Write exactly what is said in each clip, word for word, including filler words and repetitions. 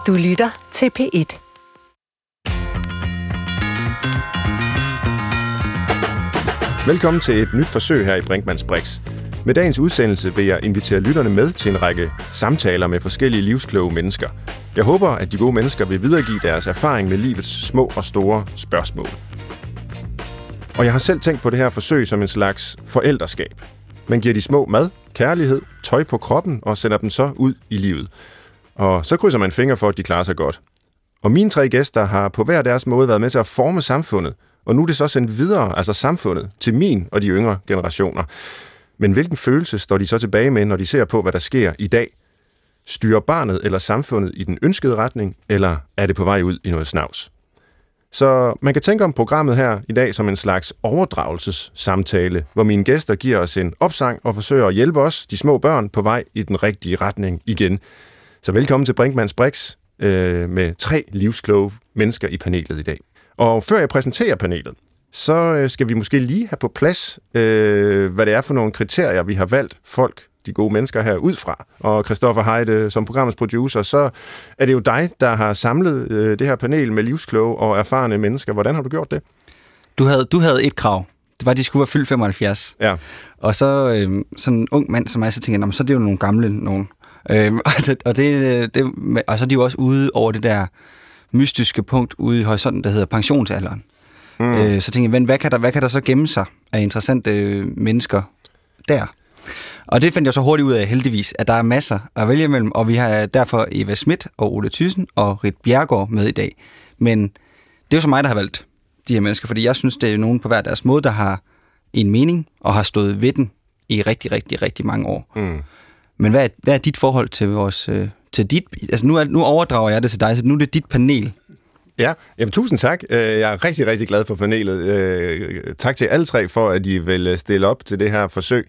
Du lytter til P et. Velkommen til et nyt forsøg her i Brinkmanns Brix. Med dagens udsendelse vil jeg invitere lytterne med til en række samtaler med forskellige livskloge mennesker. Jeg håber, at de gode mennesker vil videregive deres erfaring med livets små og store spørgsmål. Og jeg har selv tænkt på det her forsøg som en slags forældreskab. Man giver de små mad, kærlighed, tøj på kroppen og sender dem så ud i livet. Og så krydser man fingre for, at de klarer sig godt. Og mine tre gæster har på hver deres måde været med til at forme samfundet, og nu er det så sendt videre, altså samfundet, til min og de yngre generationer. Men hvilken følelse står de så tilbage med, når de ser på, hvad der sker i dag? Styrer barnet eller samfundet i den ønskede retning, eller er det på vej ud i noget snavs? Så man kan tænke om programmet her i dag som en slags overdragelsessamtale, hvor mine gæster giver os en opsang og forsøger at hjælpe os, de små børn, på vej i den rigtige retning igen. Så velkommen til Brinkmanns Brix øh, med tre livskloge mennesker i panelet i dag. Og før jeg præsenterer panelet, så skal vi måske lige have på plads, øh, hvad det er for nogle kriterier, vi har valgt folk, de gode mennesker her ud fra. Og Christoffer Heide, som programmets producer, så er det jo dig, der har samlet øh, det her panel med livskloge og erfarne mennesker. Hvordan har du gjort det? Du havde, du havde et krav. Det var, at de skulle være fyldt femoghalvfjerds. Ja. Og så øh, sådan en ung mand som mig, så tænker jeg, så er det jo nogle gamle nogen. Øh, og, det, og, det, det, og så er de jo også ude over det der mystiske punkt ude i horisonten, der hedder pensionsalderen. Mm. Øh, så tænkte jeg, men hvad kan, der, hvad kan der så gemme sig af interessante øh, mennesker der? Og det fandt jeg så hurtigt ud af, heldigvis, at der er masser at vælge imellem, og vi har derfor Eva Schmidt og Ole Thyssen og Rit Bjerregaard med i dag. Men det er jo så mig, der har valgt de her mennesker, fordi jeg synes, det er nogen på hver deres måde, der har en mening og har stået ved den i rigtig, rigtig, rigtig mange år. Mm. Men hvad er, hvad er dit forhold til vores... Øh, til dit, altså nu, er, nu overdrager jeg det til dig, så nu er det dit panel. Ja, jamen tusind tak. Jeg er rigtig, rigtig glad for panelet. Tak til alle tre for, at I vil stille op til det her forsøg.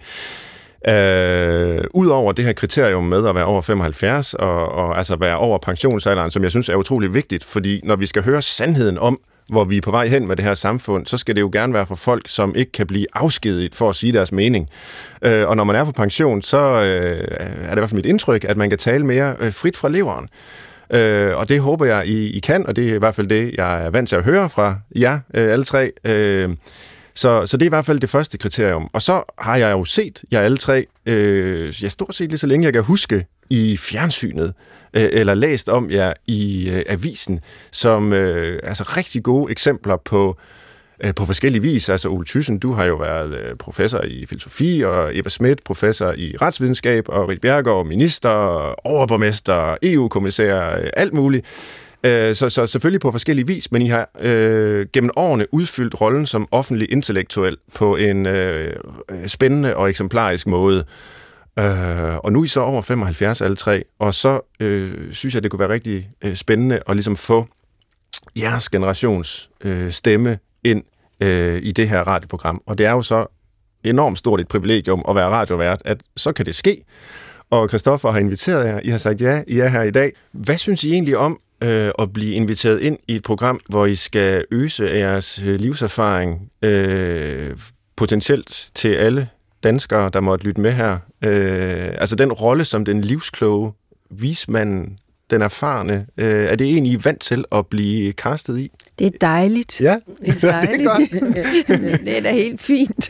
Uh, Udover det her kriterium med at være over femoghalvfjerds og, og altså være over pensionsalderen, som jeg synes er utrolig vigtigt, fordi når vi skal høre sandheden om, hvor vi er på vej hen med det her samfund, så skal det jo gerne være for folk, som ikke kan blive afskediget for at sige deres mening. Uh, og når man er på pension, så uh, er det i hvert fald mit indtryk, at man kan tale mere uh, frit fra leveren. Uh, og det håber jeg, I, I kan, og det er i hvert fald det, jeg er vant til at høre fra jer, uh, alle tre. Uh, Så, så det er i hvert fald det første kriterium. Og så har jeg jo set jer alle tre, øh, jeg stort set lige så længe jeg kan huske, i fjernsynet, øh, eller læst om jer i øh, avisen, som øh, altså rigtig gode eksempler på, øh, på forskellige vis. Altså Ole Thyssen, du har jo været øh, professor i filosofi, og Eva Schmidt, professor i retsvidenskab, og Rit Bjerregaard, minister, overborgmester, E U-kommissær, øh, alt muligt. Så, så selvfølgelig på forskellige vis, men I har øh, gennem årene udfyldt rollen som offentlig intellektuel på en øh, spændende og eksemplarisk måde. Øh, og nu er I så over femoghalvfjerds alle tre, og så øh, synes jeg, det kunne være rigtig øh, spændende at ligesom få jeres generations øh, stemme ind øh, i det her radioprogram. Og det er jo så enormt stort et privilegium at være radiovært, at så kan det ske. Og Christoffer har inviteret jer, I har sagt ja, I er her i dag. Hvad synes I egentlig om Øh, at blive inviteret ind i et program, hvor I skal øse af jeres livserfaring øh, potentielt til alle danskere, der måtte lytte med her? Øh, altså den rolle som den livskloge vismanden, den erfarne, øh, er det en, I er vant til at blive castet i? Det er dejligt. Ja, det er dejligt. det, det er da helt fint.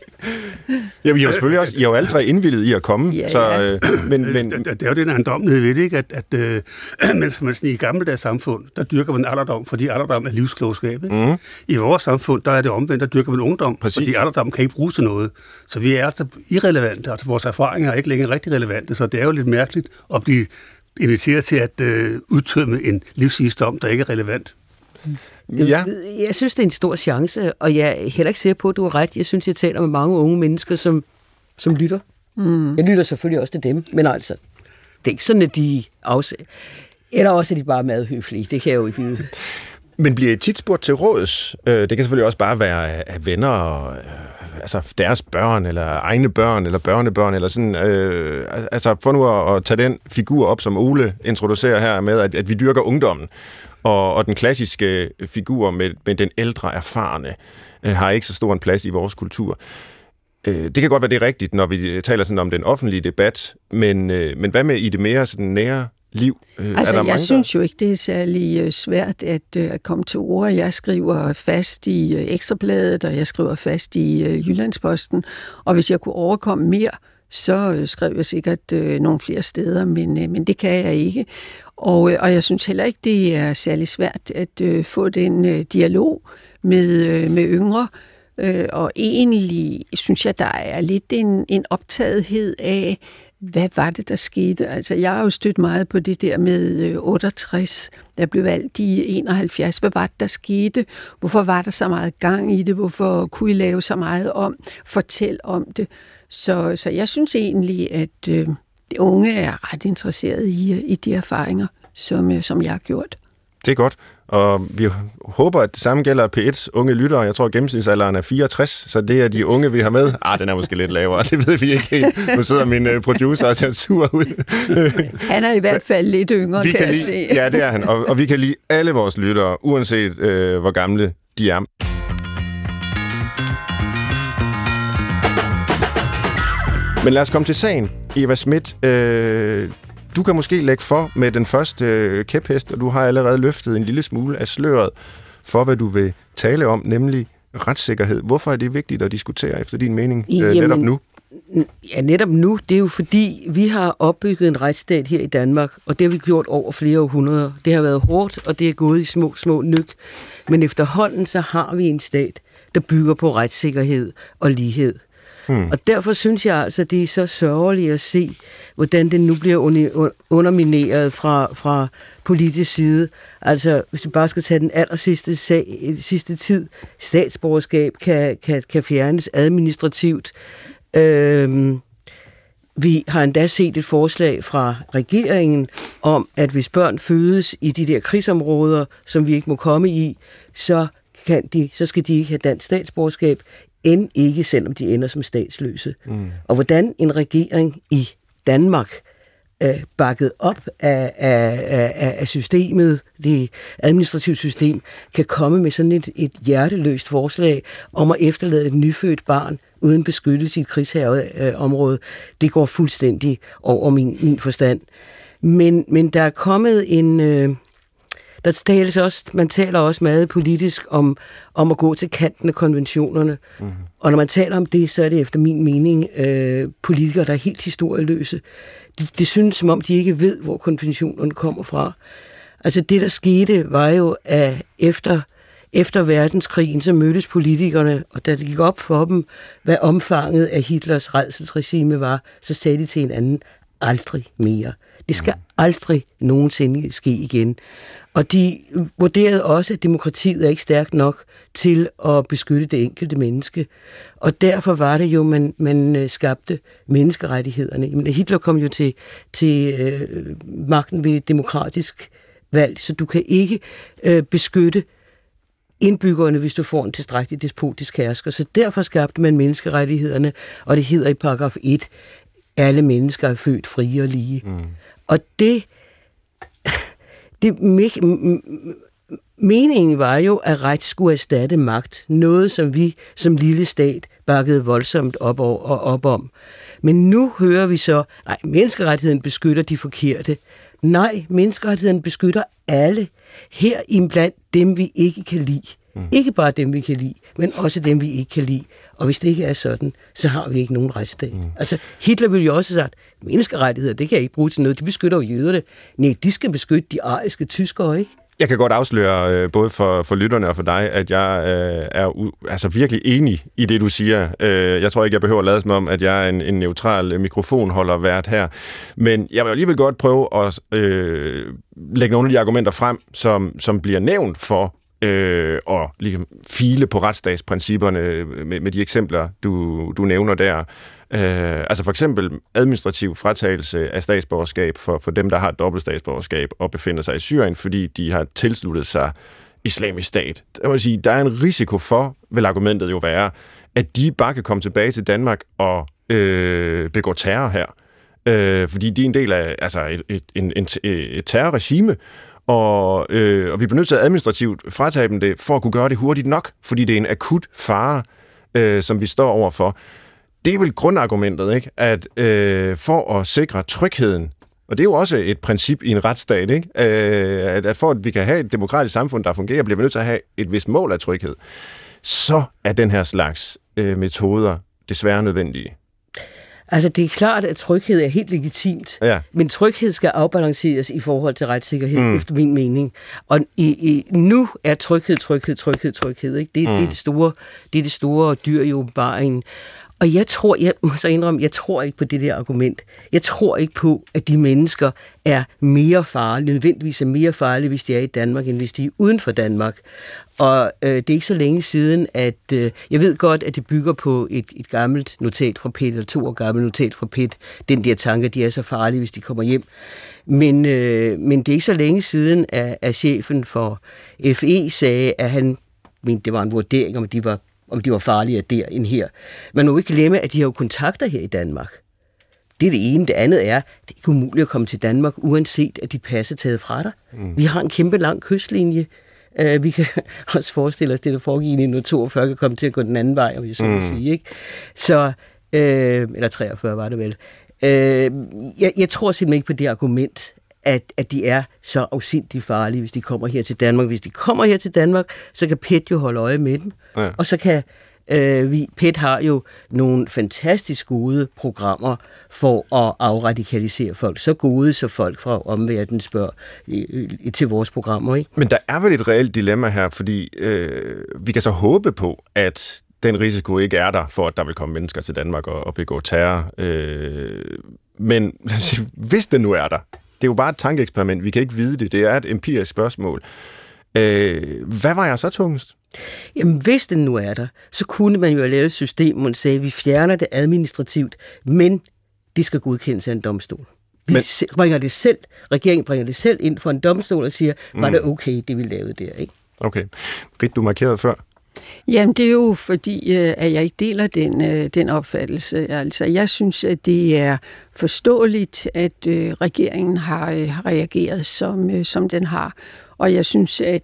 Ja, vi har jo selvfølgelig også, I har jo alle tre indvillet i at komme. Ja, så, ja. Øh, men, men... Det, det er jo den ejendommelighed ved det, ikke? At, at øh, mens man i gammeldags samfund, der dyrker man alderdom, fordi alderdom er livsklogskab. Mm. I vores samfund, der er det omvendt, der dyrker man ungdom, Præcis. Fordi alderdom kan ikke bruges til noget. Så vi er altså irrelevante, altså vores erfaringer er ikke længere rigtig relevante, så det er jo lidt mærkeligt at blive inviteret til at øh, udtømme en livsvisdom, der ikke er relevant. Ja. Jeg synes, det er en stor chance, og jeg er heller ikke sikker på, at du har ret. Jeg synes, jeg taler med mange unge mennesker, som, som lytter. Mm. Jeg lytter selvfølgelig også til dem, men altså, det er ikke sådan, at de afs... Eller også, at de bare er meget høflige. Det kan jeg jo ikke vide. Men bliver I tit spurgt til råds? Det kan selvfølgelig også bare være af venner og altså deres børn, eller egne børn, eller børnebørn, eller sådan. Øh, altså for nu at, at tage den figur op, som Ole introducerer her med, at, at vi dyrker ungdommen. Og, og den klassiske figur med, med den ældre erfarne øh, har ikke så stor en plads i vores kultur. Øh, det kan godt være, det er rigtigt, når vi taler sådan om den offentlige debat, men, øh, men hvad med i det mere sådan nære liv? Øh, altså, er der jeg mange, synes der... jo ikke, det er særlig svært at, at komme til ord. Jeg skriver fast i Ekstrabladet, og jeg skriver fast i Jyllandsposten, og hvis jeg kunne overkomme mere, så skrev jeg sikkert øh, nogle flere steder, men, øh, men det kan jeg ikke. Og, øh, og jeg synes heller ikke, det er særlig svært at øh, få den øh, dialog med, øh, med yngre. Øh, og egentlig synes jeg, der er lidt en, en optagethed af, hvad var det, der skete? Altså, jeg har jo stødt meget på det der med øh, otteogtres, der blev valgt i enoghalvfjerds. Hvad var det, der skete? Hvorfor var der så meget gang i det? Hvorfor kunne I lave så meget om? Fortæl om det. Så, så jeg synes egentlig, at øh, de unge er ret interesserede i, i de erfaringer, som, som jeg har gjort. Det er godt, og vi håber, at det samme gælder P et's unge lyttere. Jeg tror, gennemsnitsalderen er fireogtres, så det er de unge, vi har med. Ah, den er måske lidt lavere, det ved vi ikke helt. Nu sidder min producer og ser sur ud. Han er i hvert fald lidt yngre, vi kan, kan jeg lide, se. Ja, det er han, og, og vi kan lide alle vores lyttere, uanset øh, hvor gamle de er. Men lad os komme til sagen. Eva Smith, øh, du kan måske lægge for med den første øh, kæphest, og du har allerede løftet en lille smule af sløret for, hvad du vil tale om, nemlig retssikkerhed. Hvorfor er det vigtigt at diskutere efter din mening øh, Jamen, netop nu? Ja, netop nu. Det er jo fordi, vi har opbygget en retsstat her i Danmark, og det har vi gjort over flere århundreder. Det har været hårdt, og det er gået i små, små nyk. Men efterhånden så har vi en stat, der bygger på retssikkerhed og lighed. Hmm. Og derfor synes jeg altså, det er så sørgeligt at se, hvordan det nu bliver undermineret fra, fra politisk side. Altså, hvis vi bare skal tage den aller sidste, sag, sidste tid, statsborgerskab kan, kan, kan fjernes administrativt. Øhm, vi har endda set et forslag fra regeringen om, at hvis børn fødes i de der krigsområder, som vi ikke må komme i, så, kan de, så skal de ikke have dansk statsborgerskab, end ikke, selvom de ender som statsløse. Mm. Og hvordan en regering i Danmark øh, bakket op af, af, af, af systemet, det administrative system, kan komme med sådan et, et hjerteløst forslag om at efterlade et nyfødt barn uden beskyttelse i et krigsherreområde, det går fuldstændig over min, min forstand. Men, men der er kommet en... Øh, Der tales også, man taler også meget politisk om, om at gå til kanten af konventionerne. Mm-hmm. Og når man taler om det, så er det efter min mening øh, politikere, der er helt historieløse. Det, det synes som om, de ikke ved, hvor konventionerne kommer fra. Altså det, der skete, var jo, at efter, efter verdenskrigen, så mødtes politikerne, og da det gik op for dem, hvad omfanget af Hitlers rædselsregime var, så sagde de til hinanden, aldrig mere. Det skal aldrig nogensinde ske igen. Og de vurderede også, at demokratiet er ikke stærkt nok til at beskytte det enkelte menneske. Og derfor var det jo, man, man skabte menneskerettighederne. Jamen, Hitler kom jo til, til øh, magten ved demokratisk valg, så du kan ikke øh, beskytte indbyggerne, hvis du får en tilstrækkelig despotisk hersker. Så derfor skabte man menneskerettighederne, og det hedder i paragraf et, alle mennesker er født frie og lige. Mm. Og det... det meningen var jo, at ret skulle erstatte magt. Noget, som vi som lille stat bakkede voldsomt op og op om. Men nu hører vi så, nej, menneskerettigheden beskytter de forkerte. Nej, menneskerettigheden beskytter alle. Her iblandt dem, vi ikke kan lide. Mm. Ikke bare dem, vi kan lide, men også dem, vi ikke kan lide. Og hvis det ikke er sådan, så har vi ikke nogen retsstat. Mm. Altså, Hitler ville jo også have sagt, menneskerettigheder, det kan jeg ikke bruge til noget. De beskytter jo jøderne. Nej, de skal beskytte de ariske tyskere, ikke? Jeg kan godt afsløre, øh, både for, for lytterne og for dig, at jeg øh, er u- altså virkelig enig i det, du siger. Øh, jeg tror ikke, jeg behøver at lade som om, at jeg er en, en neutral mikrofonholder vært her. Men jeg vil alligevel godt prøve at øh, lægge nogle af de argumenter frem, som, som bliver nævnt for øh, at ligesom, file på retsstatsprincipperne med, med de eksempler, du, du nævner der. Øh, altså for eksempel administrativ fratagelse af statsborgerskab for, for dem, der har et dobbelt statsborgerskab og befinder sig i Syrien, fordi de har tilsluttet sig islamisk stat. Jeg vil sige, der er en risiko for, vil argumentet jo være, at de bare kan komme tilbage til Danmark og øh, begå terror her. Øh, fordi de er en del af altså et, et, en, et, et terrorregime, og, øh, og vi bliver nødt til at administrativt fratage dem det, for at kunne gøre det hurtigt nok, fordi det er en akut fare, øh, som vi står overfor. Det er vel grundargumentet, ikke? At øh, for at sikre trygheden Og det er jo også et princip i en retsstat, ikke? Øh, at, at for at vi kan have et demokratisk samfund, der fungerer, bliver vi nødt til at have et vist mål af tryghed. Så er den her slags øh, metoder desværre nødvendige. Altså, det er klart, at tryghed er helt legitimt, ja. Men tryghed skal afbalanceres i forhold til retssikkerhed, mm. efter min mening. Og i, i, nu er tryghed, tryghed, tryghed, tryghed. Ikke? Det, mm. det, er det, store, det er det store dyr i åbenbaringen. Og jeg tror, jeg må så indrømme, jeg tror ikke på det der argument. Jeg tror ikke på, at de mennesker er mere farlige, nødvendigvis er mere farlige, hvis de er i Danmark, end hvis de er uden for Danmark. Og øh, det er ikke så længe siden, at øh, jeg ved godt, at det bygger på et, et gammelt notat fra P E T, eller to år gammelt notat fra P E T, den der tanke, de er så farlige, hvis de kommer hjem. Men, øh, men det er ikke så længe siden, at, at chefen for F E sagde, at han, men det var en vurdering, om de var om de var farligere der end her. Man må ikke glemme, at de har jo kontakter her i Danmark. Det er det ene. Det andet er, det er ikke umuligt at komme til Danmark, uanset at de pas er taget fra dig. Mm. Vi har en kæmpe lang kystlinje. Uh, vi kan også forestille os, det der foregik i nitten toogfyrre kan komme til at gå den anden vej, om jeg så vil mm. sige. Ikke? Så, uh, eller treogfyrre var det vel. Uh, jeg, jeg tror simpelthen ikke på det argument, At, at de er så afsindigt farlige, hvis de kommer her til Danmark. Hvis de kommer her til Danmark, så kan P E T jo holde øje med dem. Ja. Og så kan øh, vi... P E T har jo nogle fantastisk gode programmer for at afradikalisere folk. Så gode, så folk fra omverdenen spørger øh, til vores programmer. Ikke? Men der er vel et reelt dilemma her, fordi øh, vi kan så håbe på, at den risiko ikke er der, for at der vil komme mennesker til Danmark og, og begå terror. Øh, men hvis det nu er der, det er jo bare et tankeeksperiment. Vi kan ikke vide det. Det er et empirisk spørgsmål. Øh, hvad var jeg så tungest? Jamen, hvis den nu er der, så kunne man jo have lavet et system, hvor man sagde, at vi fjerner det administrativt, men det skal godkendes af en domstol. Vi men, bringer det selv, regeringen bringer det selv ind for en domstol og siger, var mm. det okay, det vi lavede der, ikke? Okay. Rit, du markerede før. Jamen, det er jo fordi, at jeg ikke deler den, den opfattelse. Altså, jeg synes, at det er forståeligt, at regeringen har, har reageret, som, som den har. Og jeg synes, at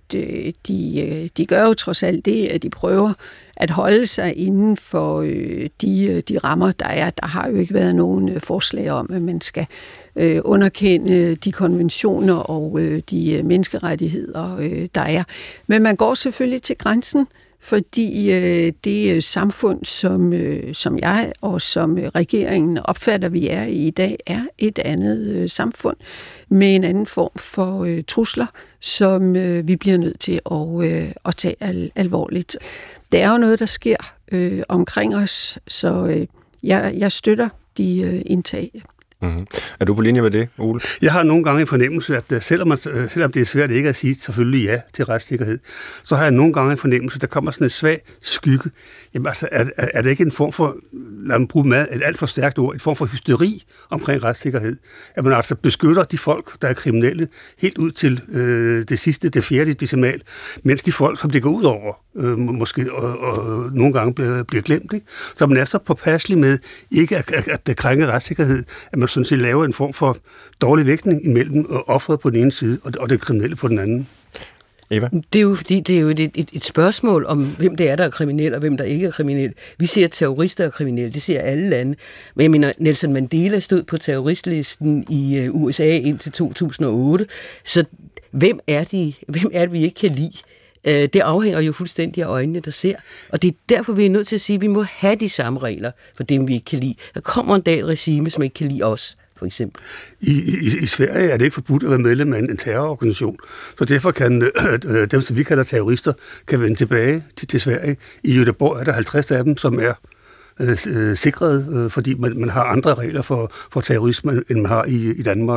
de, de gør jo trods alt det, at de prøver at holde sig inden for de, de rammer, der er. Der har jo ikke været nogen forslag om, at man skal underkende de konventioner og de menneskerettigheder, der er. Men man går selvfølgelig til grænsen, fordi øh, det samfund, som, øh, som jeg og som regeringen opfatter, vi er i i dag, er et andet øh, samfund med en anden form for øh, trusler, som øh, vi bliver nødt til at, øh, at tage al- alvorligt. Det er jo noget, der sker øh, omkring os, så øh, jeg, jeg støtter de øh, indtag. Mm-hmm. Er du på linje med det, Ole? Jeg har nogle gange en fornemmelse, at selvom, man, selvom det er svært ikke at sige selvfølgelig ja til retssikkerhed, så har jeg nogle gange en fornemmelse, at der kommer sådan en svag skygge. Jamen altså, er, er det ikke en form for, lad mig bruge meget, et alt for stærkt ord, en form for hysteri omkring retssikkerhed? At man altså beskytter de folk, der er kriminelle, helt ud til øh, det sidste, det fjerde decimal, mens de folk, som det går ud over, øh, måske og, og nogle gange bliver, bliver glemt. Ikke? Så man er så påpasselig med ikke at, at, at det krænker retssikkerhed, at man sådan set laver en form for dårlig vægtning imellem offeret på den ene side og, og det kriminelle på den anden. Eva? Det er jo, fordi det er jo et, et, et spørgsmål om, hvem det er, der er kriminel, og hvem der ikke er kriminel. Vi siger, at terrorister er kriminelle. Det siger alle lande. Men jeg mener, Nelson Mandela stod på terroristlisten i U S A indtil to tusind og otte. Så hvem er, de, hvem er det, vi ikke kan lide? Det afhænger jo fuldstændig af øjnene, der ser. Og det er derfor, vi er nødt til at sige, at vi må have de samme regler for dem, vi ikke kan lide. Der kommer en dag et regime, som ikke kan lide os, for eksempel. I, i, i Sverige er det ikke forbudt at være medlem af en terrororganisation. Så derfor kan øh, dem, som vi kalder terrorister, kan vende tilbage til, til Sverige. I Göteborg er der halvtreds af dem, som er øh, sikret, øh, fordi man, man har andre regler for, for terrorisme, end man har i, i Danmark.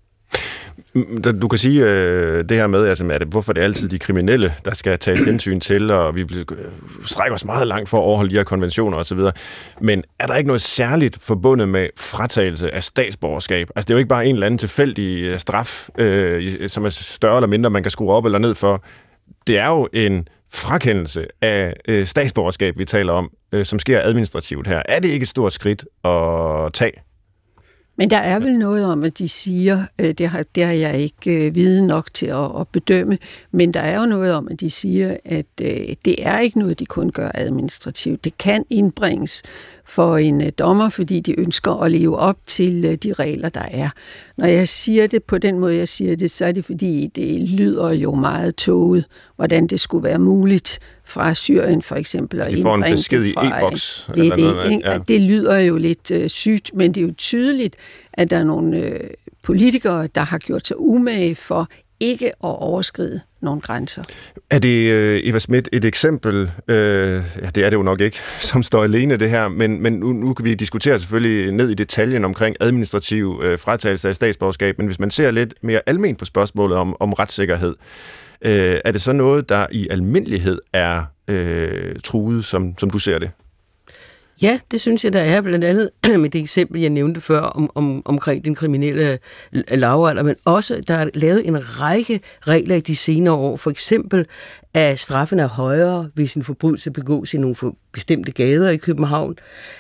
Du kan sige øh, det her med, altså, at hvorfor det er altid de kriminelle, der skal tages hensyn til, og vi strækker os meget langt for at overholde de her konventioner osv. Men er der ikke noget særligt forbundet med fratagelse af statsborgerskab? Altså, det er jo ikke bare en eller anden tilfældig straf, øh, som er større eller mindre, man kan skrue op eller ned for. Det er jo en frakendelse af øh, statsborgerskab, vi taler om, øh, som sker administrativt her. Er det ikke et stort skridt at tage? Men der er vel noget om, at de siger, det har, det har jeg ikke viden nok til at, at bedømme, men der er jo noget om, at de siger, at det er ikke noget, de kun gør administrativt. Det kan indbringes for en øh, dommer, fordi de ønsker at leve op til øh, de regler, der er. Når jeg siger det på den måde, jeg siger det, så er det fordi, det lyder jo meget tåget, hvordan det skulle være muligt fra Syrien for eksempel. De får en besked i e-boks. Det, det, noget, ja. det lyder jo lidt øh, sygt, men det er jo tydeligt, at der er nogle øh, politikere, der har gjort sig umage for ikke at overskride nogle grænser. Er det, Eva Smith, et eksempel, øh, ja, det er det jo nok ikke, som står alene det her, men, men nu, nu kan vi diskutere selvfølgelig ned i detaljen omkring administrativ øh, fratagelse af statsborgerskab, men hvis man ser lidt mere alment på spørgsmålet om, om retssikkerhed, øh, er det så noget, der i almindelighed er øh, truet, som, som du ser det? Ja, det synes jeg, der er blandt andet med det eksempel, jeg nævnte før om, om, omkring den kriminelle lavalder, men også, der er lavet en række regler i de senere år. For eksempel, at straffen er højere, hvis en forbrydelse begås i nogle bestemte gader i København,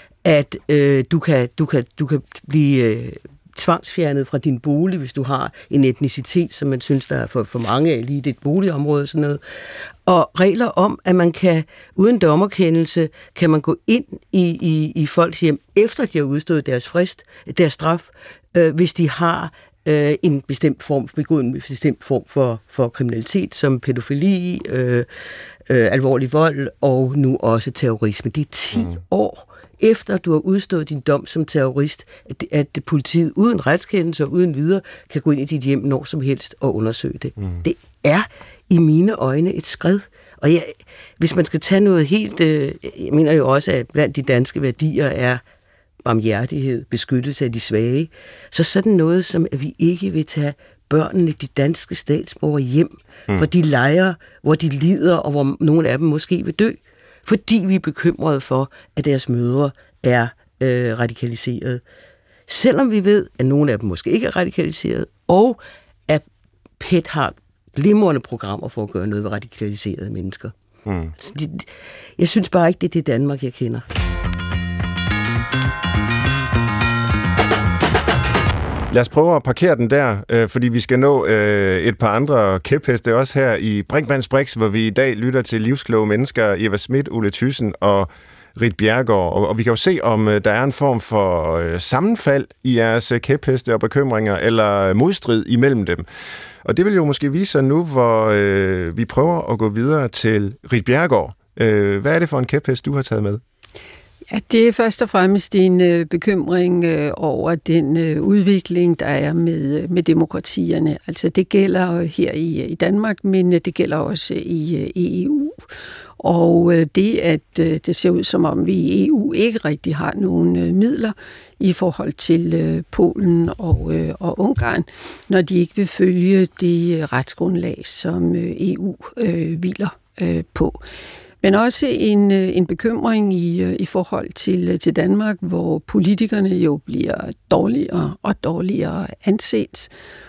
at øh, du, kan, du, kan, du kan blive øh, tvangsfjernet fra din bolig, hvis du har en etnicitet, som man synes, der er for, for mange af lige det boligområde og sådan noget. Og regler om, at man kan, uden dommerkendelse, kan man gå ind i, i, i folks hjem, efter de har udstået deres frist, deres straf, øh, hvis de har øh, en bestemt form, begået en bestemt form for, for kriminalitet, som pædofili, øh, øh, alvorlig vold og nu også terrorisme. Det er ti mm. år efter du har udstået din dom som terrorist, at, at politiet uden retskendelse og uden videre kan gå ind i dit hjem når som helst og undersøge det. Mm. Det er i mine øjne et skred. Og jeg, hvis man skal tage noget helt... Øh, jeg mener jo også, at blandt de danske værdier er barmhjertighed, beskyttelse af de svage, så sådan noget som, at vi ikke vil tage børnene, de danske statsborgere hjem mm. fra de lejre, hvor de lider, og hvor nogle af dem måske vil dø, fordi vi er bekymrede for, at deres mødre er øh, radikaliseret. Selvom vi ved, at nogle af dem måske ikke er radikaliseret, og at P E T har glimrende programmer for at gøre noget ved radikaliserede mennesker. Mm. De, jeg synes bare ikke, det er det Danmark, jeg kender. Lad os prøve at parkere den der, øh, fordi vi skal nå øh, et par andre kæpheste også her i Brinkmanns Brix, hvor vi i dag lytter til livskloge mennesker, Eva Smith, Ulle Thyssen og Ritt Bjerregaard. Og, og vi kan jo se, om øh, der er en form for øh, sammenfald i jeres kæpheste og bekymringer, eller modstrid imellem dem. Og det vil jo måske vise sig nu, hvor øh, vi prøver at gå videre til Ritt Bjerregaard. Øh, hvad er det for en kæphest, du har taget med? Ja, det er først og fremmest en øh, bekymring øh, over den øh, udvikling, der er med, med demokratierne. Altså det gælder her i, i Danmark, men det gælder også i, i E U. Og øh, det, at øh, det ser ud som om vi i E U ikke rigtig har nogen øh, midler i forhold til øh, Polen og, øh, og Ungarn, når de ikke vil følge det retsgrundlag, som øh, E U øh, hviler øh, på. Men også en, en bekymring i, i forhold til, til Danmark, hvor politikerne jo bliver dårligere og dårligere anset,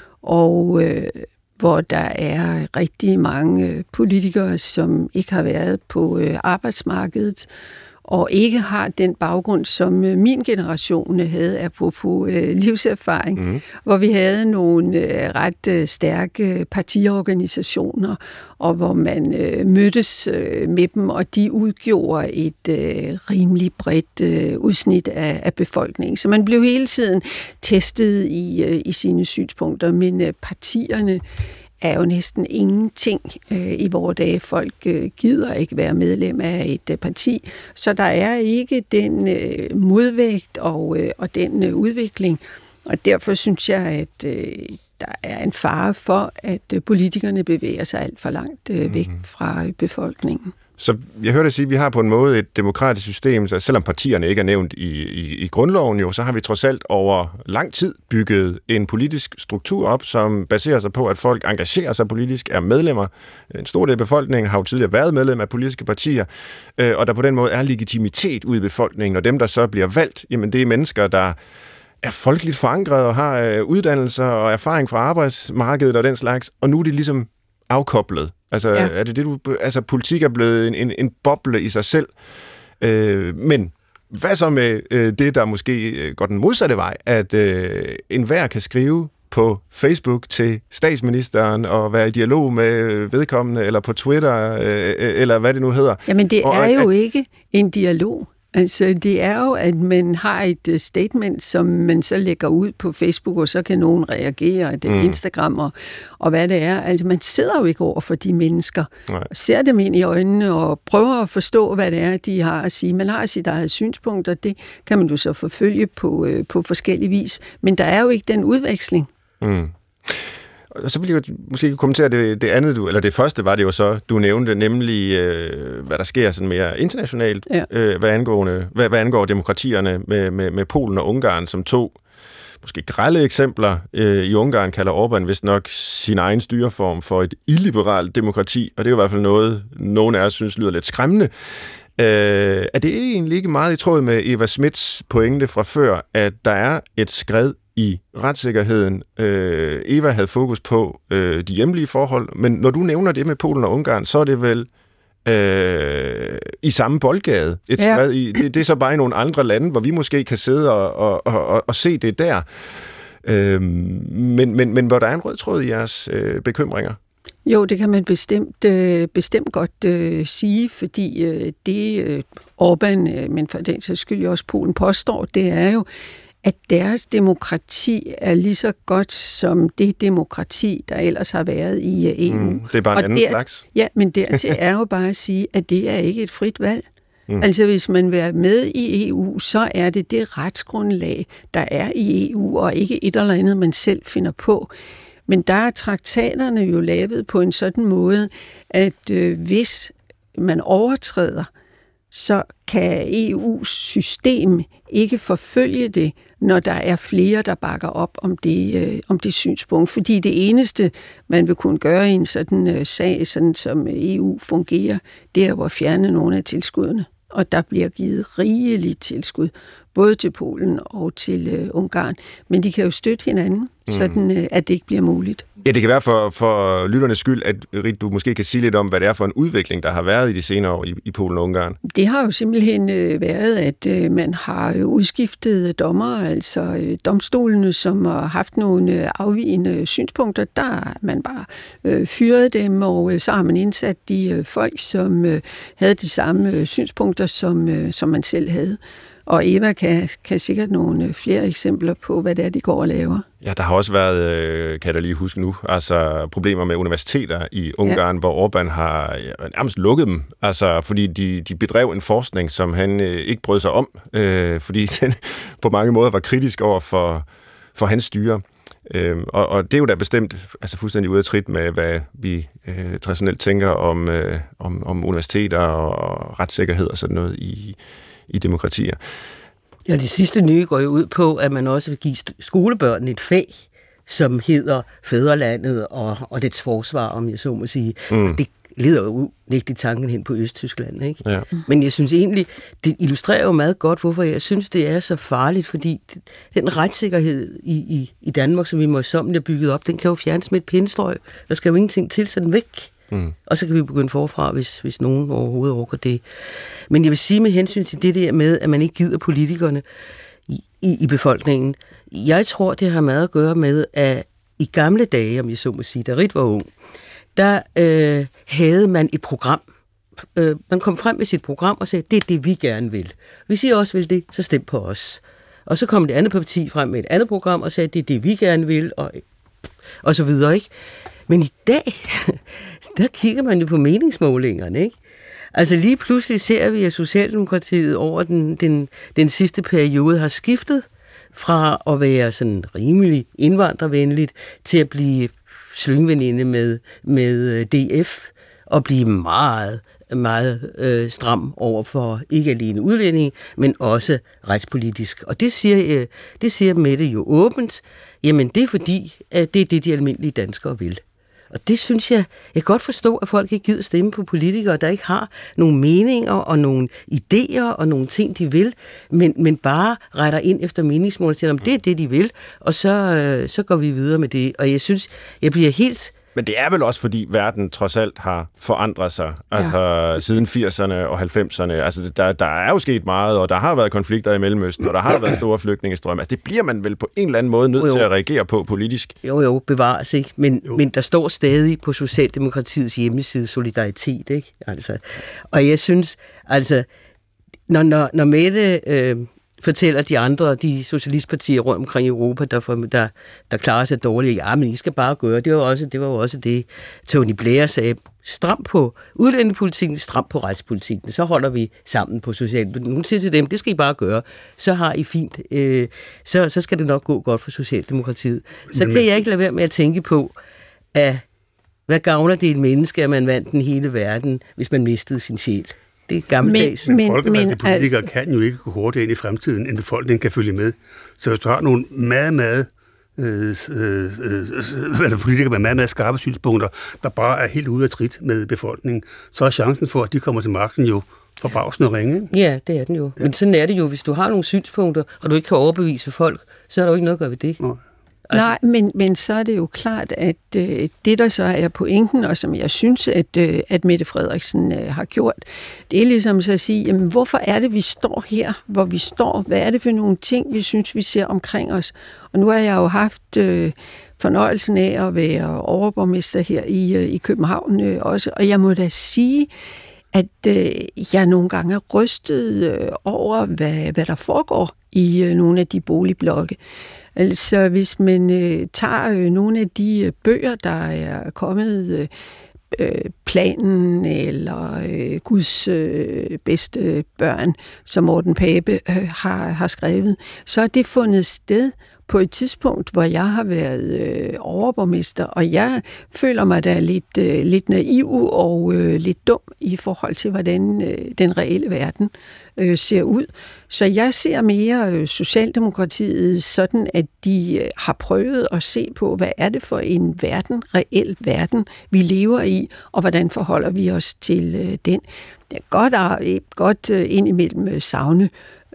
og øh, hvor der er rigtig mange politikere, som ikke har været på øh, arbejdsmarkedet, og ikke har den baggrund, som min generation havde, apropos øh, livserfaring, mm. hvor vi havde nogle øh, ret øh, stærke partiorganisationer, og hvor man øh, mødtes øh, med dem, og de udgjorde et øh, rimelig bredt øh, udsnit af, af befolkningen. Så man blev hele tiden testet i, øh, i sine synspunkter, men øh, partierne er jo næsten ingenting øh, i vore dage. Folk øh, gider ikke være medlem af et øh, parti, så der er ikke den øh, modvægt og, øh, og den øh, udvikling. Og derfor synes jeg, at øh, der er en fare for, at øh, politikerne bevæger sig alt for langt øh, væk fra øh, befolkningen. Så jeg hørte dig sige, at vi har på en måde et demokratisk system, så selvom partierne ikke er nævnt i, i, i grundloven jo, så har vi trods alt over lang tid bygget en politisk struktur op, som baserer sig på, at folk engagerer sig politisk, er medlemmer. En stor del af befolkningen har jo tidligere været medlem af politiske partier, og der på den måde er legitimitet ude i befolkningen, og dem, der så bliver valgt, jamen det er mennesker, der er folkeligt forankret og har uddannelser og erfaring fra arbejdsmarkedet og den slags, og nu er det ligesom afkoblet. Altså, ja. er det det, du, altså politik er blevet en, en, en boble i sig selv. Øh, men hvad så med øh, det, der måske går den modsatte vej, at øh, enhver kan skrive på Facebook til statsministeren og være i dialog med vedkommende, eller på Twitter, øh, eller hvad det nu hedder. Jamen, det og, er at, jo ikke en dialog. Altså, det er jo, at man har et statement, som man så lægger ud på Facebook, og så kan nogen reagere, det er mm. Instagram og, og hvad det er. Altså, man sidder jo ikke over for de mennesker, Nej. og ser dem ind i øjnene og prøver at forstå, hvad det er, de har at sige. Man har sit eget synspunkt, og det kan man jo så forfølge på, øh, på forskellige vis. Men der er jo ikke den udveksling. Mm. Og så vil jeg måske kommentere det, det andet, du, eller det første var det jo så, du nævnte, nemlig øh, hvad der sker sådan mere internationalt, ja. øh, hvad, angående, hvad, hvad angår demokratierne med, med, med Polen og Ungarn som to måske grelle eksempler. Øh, I Ungarn kalder Orbán vist nok sin egen styreform for et illiberalt demokrati, og det er jo i hvert fald noget, nogen af os synes lyder lidt skræmmende. Øh, er det egentlig ikke meget i tråd med Eva Smiths pointe fra før, at der er et skred i retssikkerheden? Øh, Eva havde fokus på øh, de hjemlige forhold, men når du nævner det med Polen og Ungarn, så er det vel øh, i samme boldgade. Et ja. skred i, det, det er så bare i nogle andre lande, hvor vi måske kan sidde og, og, og, og se det der. Øh, men, men, men hvor der er en rød tråd i jeres øh, bekymringer? Jo, det kan man bestemt, øh, bestemt godt øh, sige, fordi øh, det øh, Orbán, øh, men for den sags skyld også Polen påstår, det er jo, at deres demokrati er lige så godt som det demokrati, der ellers har været i E U. Mm, det er bare en og anden der, slags. Ja, men dertil er jo bare at sige, at det er ikke et frit valg. Mm. Altså hvis man vil være med i E U, så er det det retsgrundlag, der er i E U, og ikke et eller andet, man selv finder på. Men der er traktaterne jo lavet på en sådan måde, at øh, hvis man overtræder, så kan E U's system ikke forfølge det, når der er flere, der bakker op om det, øh, om det synspunkt. Fordi det eneste, man vil kunne gøre i en sådan øh, sag, sådan som E U fungerer, det er jo at fjerne nogle af tilskuddene. Og der bliver givet rigeligt tilskud, både til Polen og til øh, Ungarn. Men de kan jo støtte hinanden, mm. sådan øh, at det ikke bliver muligt. Ja, det kan være for, for lytternes skyld, at Rit, du måske kan sige lidt om, hvad det er for en udvikling, der har været i de senere år i, i Polen og Ungarn. Det har jo simpelthen øh, været, at øh, man har udskiftet dommere, altså øh, domstolene, som har haft nogle øh, afvigende synspunkter. Der har man bare øh, fyret dem, og øh, så har man indsat de øh, folk, som øh, havde de samme øh, synspunkter, som, øh, som man selv havde. Og Eva kan, kan sikkert nogle flere eksempler på, hvad det er, de går og laver. Ja, der har også været, kan jeg da lige huske nu, altså problemer med universiteter i Ungarn, ja. hvor Orbán har ja, nærmest lukket dem, altså fordi de, de bedrev en forskning, som han øh, ikke brød sig om, øh, fordi den på mange måder var kritisk over for, for hans styre. Øh, og, og det er jo da bestemt altså fuldstændig ude af trit med, hvad vi øh, traditionelt tænker om, øh, om, om universiteter og retssikkerhed og sådan noget i i demokratier. Ja, det sidste nye går jo ud på, at man også vil give skolebørn et fag, som hedder Fædrelandet og, og dets forsvar, om jeg så må sige. Mm. Det leder jo unægteligt tanken hen på Østtyskland, ikke? Ja. Men jeg synes egentlig, det illustrerer jo meget godt, hvorfor jeg synes, det er så farligt, fordi den retssikkerhed i, i, i Danmark, som vi møjsommeligt har bygget op, den kan jo fjernes med et pindestrøg. Der skal jo ingenting til, så den væk. Mm. Og så kan vi begynde forfra, hvis, hvis nogen overhovedet overgår det. Men jeg vil sige med hensyn til det der med, at man ikke gider politikerne i, i, i befolkningen. Jeg tror, det har meget at gøre med, at i gamle dage, om jeg så må sige, da Rit var ung, der øh, havde man et program. Øh, man kom frem med sit program og sagde, det er det, vi gerne vil. Hvis I også vil det, så stem på os. Og så kom det andet parti frem med et andet program og sagde, det er det, vi gerne vil, og, og så videre, ikke? Men i dag, der kigger man jo på meningsmålingerne, ikke? Altså lige pludselig ser vi, at Socialdemokratiet over den, den, den sidste periode har skiftet fra at være sådan rimelig indvandrervenligt til at blive slyngveninde med, med D F og blive meget, meget øh, stram over for ikke alene udlænding, men også retspolitisk. Og det siger, øh, det siger Mette jo åbent, jamen det er fordi, at det er det, de almindelige danskere vil. Og det synes jeg, jeg kan godt forstå, at folk ikke gider stemme på politikere, der ikke har nogle meninger og nogle idéer og nogle ting, de vil, men, men bare retter ind efter meningsmål og siger, om det er det, de vil, og så, øh, så går vi videre med det. Og jeg synes, jeg bliver helt... Men det er vel også, fordi verden trods alt har forandret sig, altså ja. siden firserne og halvfemserne. Altså, der, der er jo sket meget, og der har været konflikter i Mellemøsten, og der har været store flygtningestrømme. Altså, det bliver man vel på en eller anden måde nødt jo, jo. til at reagere på politisk. Jo, jo, bevares, ikke? Men, men der står stadig på Socialdemokratiets hjemmeside solidaritet, ikke? Altså, og jeg synes, altså, når, når, når Mette øh, fortæller de andre, de socialistpartier rundt omkring i Europa, der, får, der, der klarer sig dårligt, ja, men I skal bare gøre. Det var, også, det var jo også det, Tony Blair sagde. Stram på udlændingepolitikken, stram på retspolitikken. Så holder vi sammen på socialt. Hun siger til dem, det skal I bare gøre. Så har I fint. Øh, så, så skal det nok gå godt for Socialdemokratiet. Så kan jeg ikke lade være med at tænke på, at hvad gavner det et menneske, at man vandt den hele verden, hvis man mistede sin sjæl? Det er gammeldags. Men, men, folkevalgte politikere altså... kan jo ikke gå hurtigere ind i fremtiden, end befolkningen kan følge med. Så hvis du har nogle meget, meget Øh, øh, øh, politikere med meget, meget skarpe synspunkter, der bare er helt ude af trit med befolkningen, så er chancen for, at de kommer til magten jo forbavsende ringe. Ja, det er den jo. Ja. Men sådan er det jo. Hvis du har nogle synspunkter, og du ikke kan overbevise folk, så er der jo ikke noget at gøre ved det. Nej. Altså... Nej, men, men så er det jo klart, at øh, det, der så er pointen, og som jeg synes, at, øh, at Mette Frederiksen øh, har gjort, det er ligesom så at sige, jamen, hvorfor er det, vi står her, hvor vi står? Hvad er det for nogle ting, vi synes, vi ser omkring os? Og nu har jeg jo haft øh, fornøjelsen af at være overborgmester her i, øh, i København øh, også, og jeg må da sige, at øh, jeg nogle gange er rystet øh, over, hvad, hvad der foregår i øh, nogle af de boligblokke. Altså, hvis man øh, tager øh, nogle af de øh, bøger, der er kommet, øh, Planen eller øh, Guds øh, bedste børn, som Morten Pape øh, har, har skrevet, så er det fundet sted på et tidspunkt, hvor jeg har været øh, overborgmester, og jeg føler mig da lidt, øh, lidt naiv og øh, lidt dum i forhold til, hvordan øh, den reelle verden øh, ser ud. Så jeg ser mere øh, Socialdemokratiet sådan, at de øh, har prøvet at se på, hvad er det for en verden, reel verden, vi lever i, og hvordan forholder vi os til øh, den. Det er godt, øh, godt øh, indimellem savne,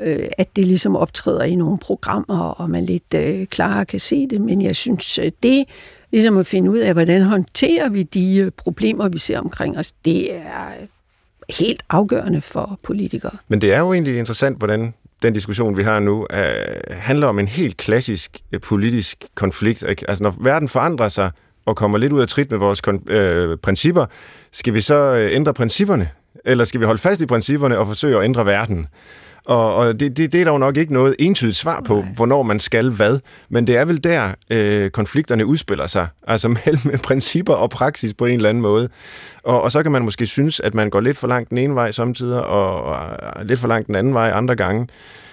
at det ligesom optræder i nogle programmer, og man lidt øh, klarere kan se det, men jeg synes, det ligesom at finde ud af, hvordan håndterer vi de problemer, vi ser omkring os, det er helt afgørende for politikere. Men det er jo egentlig interessant, hvordan den diskussion, vi har nu, øh, handler om en helt klassisk øh, politisk konflikt. Ikke? Altså, når verden forandrer sig og kommer lidt ud af trit med vores kon- øh, principper, skal vi så øh, ændre principperne? Eller skal vi holde fast i principperne og forsøge at ændre verden? Og, og det, det, det er der jo nok ikke noget entydigt svar på, Nej. hvornår man skal hvad. Men det er vel der, øh, konflikterne udspiller sig. Altså mellem principper og praksis på en eller anden måde. Og, og så kan man måske synes, at man går lidt for langt den ene vej samtidig, og, og lidt for langt den anden vej andre gange.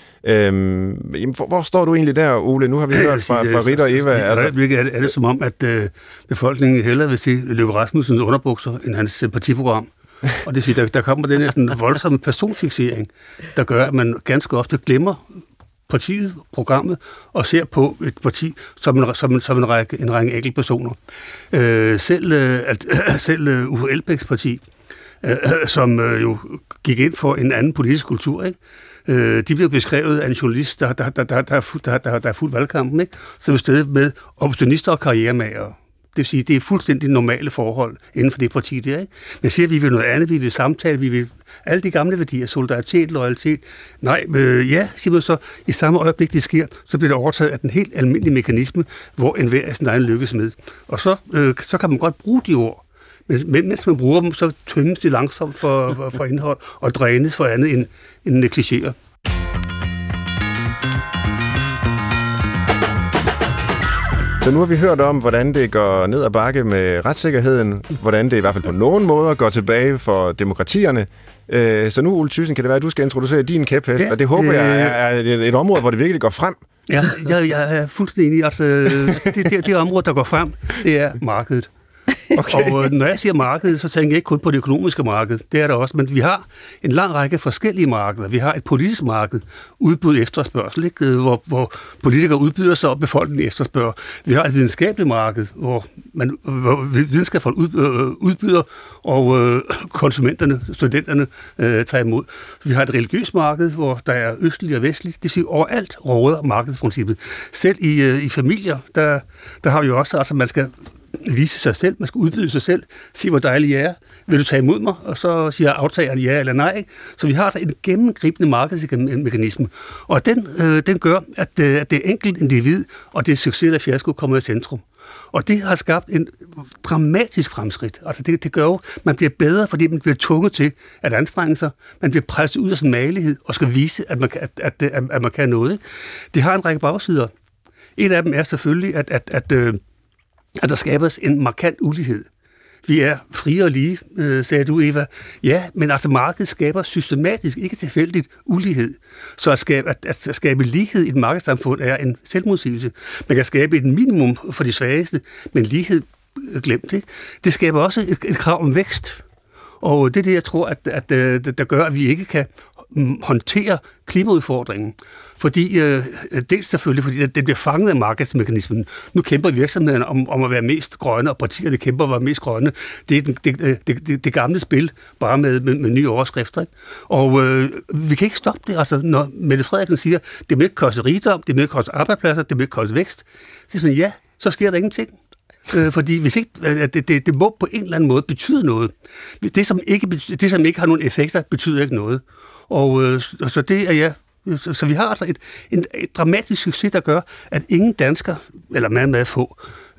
Øhm, jamen, hvor, hvor står du egentlig der, Ole? Nu har vi hørt fra, fra Ritter og Eva. Altså... Er, det, er det som om, at øh, befolkningen hellere vil se Løkke Rasmussens underbukser end hans partiprogram? Og det siger, der, der kommer den her sådan voldsomme personfixering, der gør, at man ganske ofte glemmer partiet, programmet, og ser på et parti som en, som en, som en række en række enkeltpersoner. Øh, selv øh, at, øh, selv øh, Uffe Elbæks parti, øh, som øh, jo gik ind for en anden politisk kultur, ikke? Øh, de blev beskrevet af en journalist, der, der, der, der, der, er, fuld, der, der, der er fuld valgkampen, ikke? Som er stedet med opportunister og karrieremagere. Det vil sige, det er fuldstændig normale forhold inden for det parti der, ikke? Men siger, at vi vil noget andet, vi vil samtale, vi vil alle de gamle værdier, solidaritet, loyalitet. Nej, øh, ja, siger man så, i samme øjeblik, det sker, så bliver det overtaget af den helt almindelige mekanisme, hvor enhver er sin egen lykkes med. Og så, øh, så kan man godt bruge de ord, men mens man bruger dem, så tømmes de langsomt for, for, for indhold og drænes for andet end, end klichéer. Så nu har vi hørt om, hvordan det går ned ad bakke med retssikkerheden, hvordan det i hvert fald på nogen måder går tilbage for demokratierne. Så nu, Ole Thyssen, kan det være, at du skal introducere din kæphest, ja, og det håber øh... jeg er et, et område, hvor det virkelig går frem. Ja, jeg, jeg er fuldstændig enig. Altså, det, det, det område, der går frem, det er markedet. Okay. Og når jeg siger markedet, så tænker jeg ikke kun på det økonomiske marked. Det er der også, men vi har en lang række forskellige markeder. Vi har et politisk marked, udbud efterspørgsel, ikke? Hvor, hvor politikere udbyder sig, og befolkningen efterspørger. Vi har et videnskabeligt marked, hvor, man, hvor videnskabsfolk udbyder, og øh, konsumenterne, studenterne øh, tager imod. Vi har et religiøst marked, hvor der er østlig og vestlig. Det siger overalt råder markedsprincippet. Selv i, øh, i familier, der, der har vi jo også, altså man skal vise sig selv, man skal udbyde sig selv, sige, hvor dejlig jeg er. Vil du tage imod mig? Og så siger aftageren ja eller nej. Ikke? Så vi har altså en gennemgribende markedsmekanisme. Og den, øh, den gør, at, øh, at det enkelte individ og det succes eller fiasko kommer i centrum. Og det har skabt en dramatisk fremskridt. Altså det, det gør jo, man bliver bedre, fordi man bliver tvunget til at anstrenge sig. Man bliver presset ud af sin magelighed og skal vise, at man, at, at, at, at man kan noget. Det har en række bagsider. Et af dem er selvfølgelig, at, at, at, at, at der skabes en markant ulighed. Vi er frie og lige, øh, sagde du, Eva. Ja, men altså markedet skaber systematisk, ikke tilfældigt, ulighed. Så at skabe, at, at skabe lighed i et markedssamfund er en selvmodsigelse. Man kan skabe et minimum for de svageste, men lighed glemt, ikke? Det skaber også et, et krav om vækst. Og det er det, jeg tror, at, at, at der gør, at vi ikke kan håndtere klimaudfordringen. Fordi, øh, dels selvfølgelig, fordi det bliver fanget af markedsmekanismen. Nu kæmper virksomhederne om, om at være mest grønne, og partierne kæmper om at være mest grønne. Det er det, det, det, det, det gamle spil, bare med, med, med nye overskrifter. Ikke? Og øh, vi kan ikke stoppe det. Altså, når Mette Frederiksen siger, det må ikke koste rigdom, det må ikke koste arbejdspladser, det må ikke koste vækst, så siger man, ja, så sker der ingenting. Øh, fordi hvis ikke, det, det, det må på en eller anden måde betyde noget. Det som ikke, det, som ikke har nogen effekter, betyder ikke noget. Og øh, så det er jeg... Så, så vi har altså et, en, et dramatisk succes, der gør, at ingen dansker, eller meget, meget få,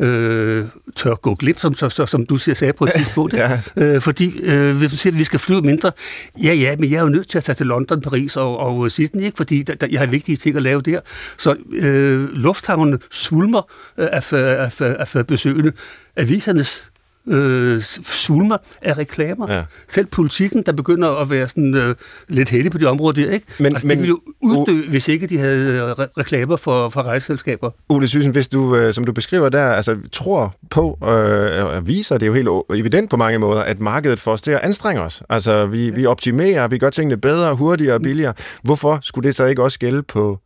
øh, tør gå glip, som, så, så, som du siger, sagde på et tidspunkt. ja. øh, fordi øh, hvis vi siger, at vi skal flyve mindre, ja, ja, men jeg er jo nødt til at tage til London, Paris og, og Sydney, ikke? Fordi der, der, jeg har vigtige ting at lave der. Så øh, lufthavnene svulmer øh, af, af, af, af besøgende. Avisernes Øh, svulmer af reklamer. Ja. Selv politikken, der begynder at være sådan øh, lidt heldig på de områder der, ikke? Men, altså, men, det ville jo uddø, uh, hvis ikke de havde re- reklamer for, for rejseselskaber. Ole Sysen, hvis du, øh, som du beskriver der, altså tror på øh, og viser, det er jo helt evident på mange måder, at markedet får os til at anstrenge os. Altså, vi, ja. vi optimerer, vi gør tingene bedre, hurtigere og billigere. Hvorfor skulle det så ikke også gælde på,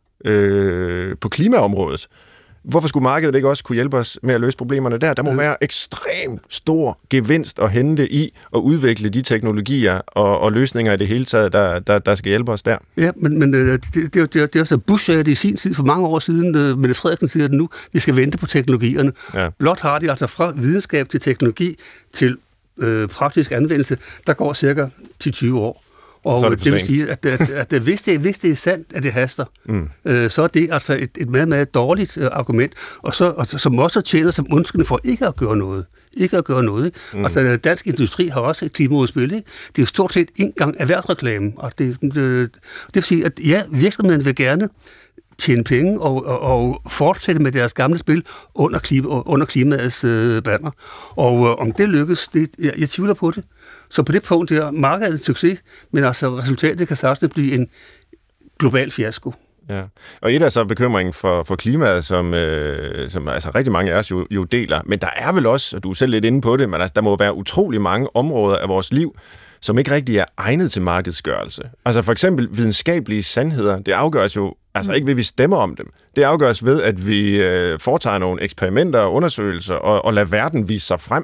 øh, på klimaområdet? Hvorfor skulle markedet ikke også kunne hjælpe os med at løse problemerne der? Der må være ekstremt stor gevinst at hente i at udvikle de teknologier og, og løsninger i det hele taget, der, der, der skal hjælpe os der. Ja, men, men det, det, det, det er også Bush sagde det i sin tid for mange år siden, Mette Frederiksen siger det nu, vi skal vente på teknologierne. Ja. Blot har de altså fra videnskab til teknologi til øh, praktisk anvendelse, der går cirka ti til tyve år. Og det, det vil sige, at, at, at, at hvis, det, hvis det er sandt, at det haster, mm. øh, så er det altså et, et meget, meget dårligt øh, argument, og, så, og som også tjener som undskyldning for ikke at gøre noget. Ikke at gøre noget. Ikke? Mm. Altså, dansk industri har også et klimaudspil. Ikke? Det er jo stort set ikke engang erhvervsreklame. Og det, det, det vil sige, at ja, virksomheden vil gerne tjene penge og, og, og fortsætte med deres gamle spil under, klima, under klimaets øh, banner. Og øh, om det lykkes, det, jeg, jeg tvivler på det. Så på det punkt er markedet en succes, men altså resultatet kan sagtens blive en global fiasko. Ja. Og et er så bekymringen for, for klimaet, som, øh, som altså rigtig mange af os jo, jo deler. Men der er vel også, og du er selv lidt inde på det, men altså, der må være utrolig mange områder af vores liv, som ikke rigtig er egnet til markedsgørelse. Altså for eksempel videnskabelige sandheder, det afgøres jo altså ikke ved, at vi stemmer om dem. Det afgøres ved, at vi øh, foretager nogle eksperimenter og undersøgelser, og, og lader verden vise sig frem.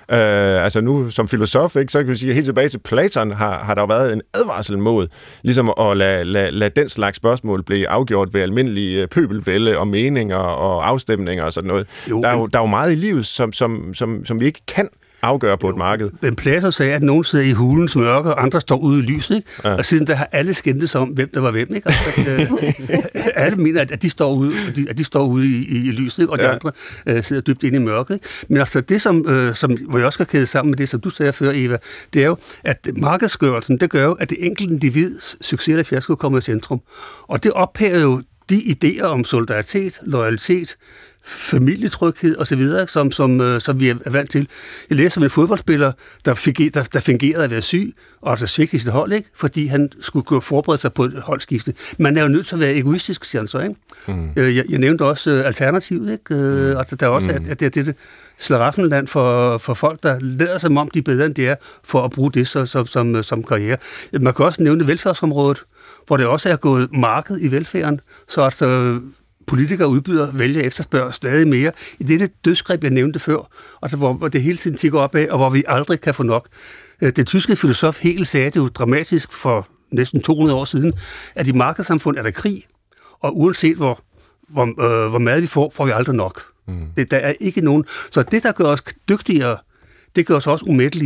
Øh, altså nu som filosof, ikke, så kan vi sige, at helt tilbage til Platon har, har der været en advarsel mod ligesom at lade, lade, lade den slags spørgsmål blive afgjort ved almindelige pøbelvælde og meninger og afstemninger og sådan noget. Jo, der, er jo, der er jo meget i livet, som, som, som, som vi ikke kan afgøre på jo, et marked. Men Platon sagde, at nogen sidder i hulens mørke, og andre står ude i lyset, ikke? Ja. Og siden der har alle skændtes om, hvem der var hvem, ikke? Altså, at, øh, alle mener, at de står ude, at de står ude i, i, i lyset, ikke? Og de ja. andre øh, sidder dybt inde i mørket, ikke? Men altså det, som, øh, som hvor jeg også skal kæde sammen med det, som du sagde før, Eva, det er jo, at markedsgørelsen, det gør jo, at det enkelte individs succes eller fiasko kommer i centrum. Og det ophæver jo de idéer om solidaritet, loyalitet, familietryghed og så videre, som, som, som vi er vant til. Jeg læser om en fodboldspiller, der, fik, der, der fungerede at være syg, og altså svigtede sit hold, ikke? Fordi han skulle forberede sig på et holdskifte. Man er jo nødt til at være egoistisk, siger han så, ikke? Mm. Jeg, jeg nævnte også uh, alternativet, ikke? Uh, altså, der er også, mm. at, at det er dette slaraffenland for, for folk, der lader sig om, de er bedre end det er, for at bruge det så, som, som, som karriere. Man kan også nævne velfærdsområdet, hvor det også er gået marked i velfærden, så altså politikere udbyder, vælger efterspørger stadig mere i dette dødsgreb, jeg nævnte før, og der, hvor det hele tiden tigger op af, og hvor vi aldrig kan få nok. Den tyske filosof Hegel sagde det jo dramatisk for næsten to hundrede år siden, at i markedssamfund er der krig, og uanset hvor, hvor, øh, hvor meget vi får, får vi aldrig nok. Mm. Det, der er ikke nogen. Så det, der gør os dygtigere, det gør os også umættelige.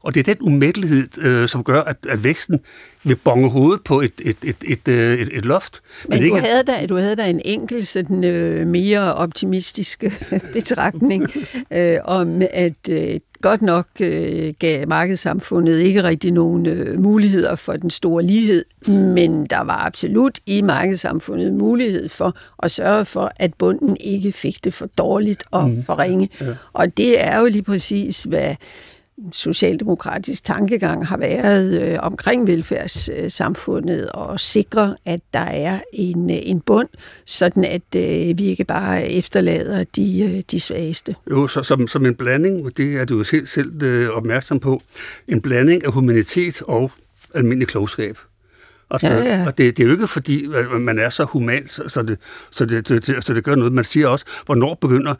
Og det er den umættelighed, øh, som gør, at, at væksten vil bonge hovedet på et, et, et, et, et, et, et loft. Men, Men du, ikke... havde da, du havde da en enkelt sådan, øh, mere optimistisk betragtning øh, om, at øh, godt nok øh, gav markedssamfundet ikke rigtig nogen øh, muligheder for den store lighed, men der var absolut i markedssamfundet mulighed for at sørge for, at bunden ikke fik det for dårligt og mm. for ringe. Ja. Og det er jo lige præcis, hvad socialdemokratisk tankegang har været øh, omkring velfærdssamfundet og sikre, at der er en, en bund, sådan at øh, vi ikke bare efterlader de, øh, de svageste. Jo, så som, som en blanding, det er du jo selv, selv øh, opmærksom på, en blanding af humanitet og almindelig klogskab. Altså, ja, ja. Og det, det er jo ikke fordi, at man er så human, så, så, det, så, det, det, så det gør noget. Man siger også, hvornår begynder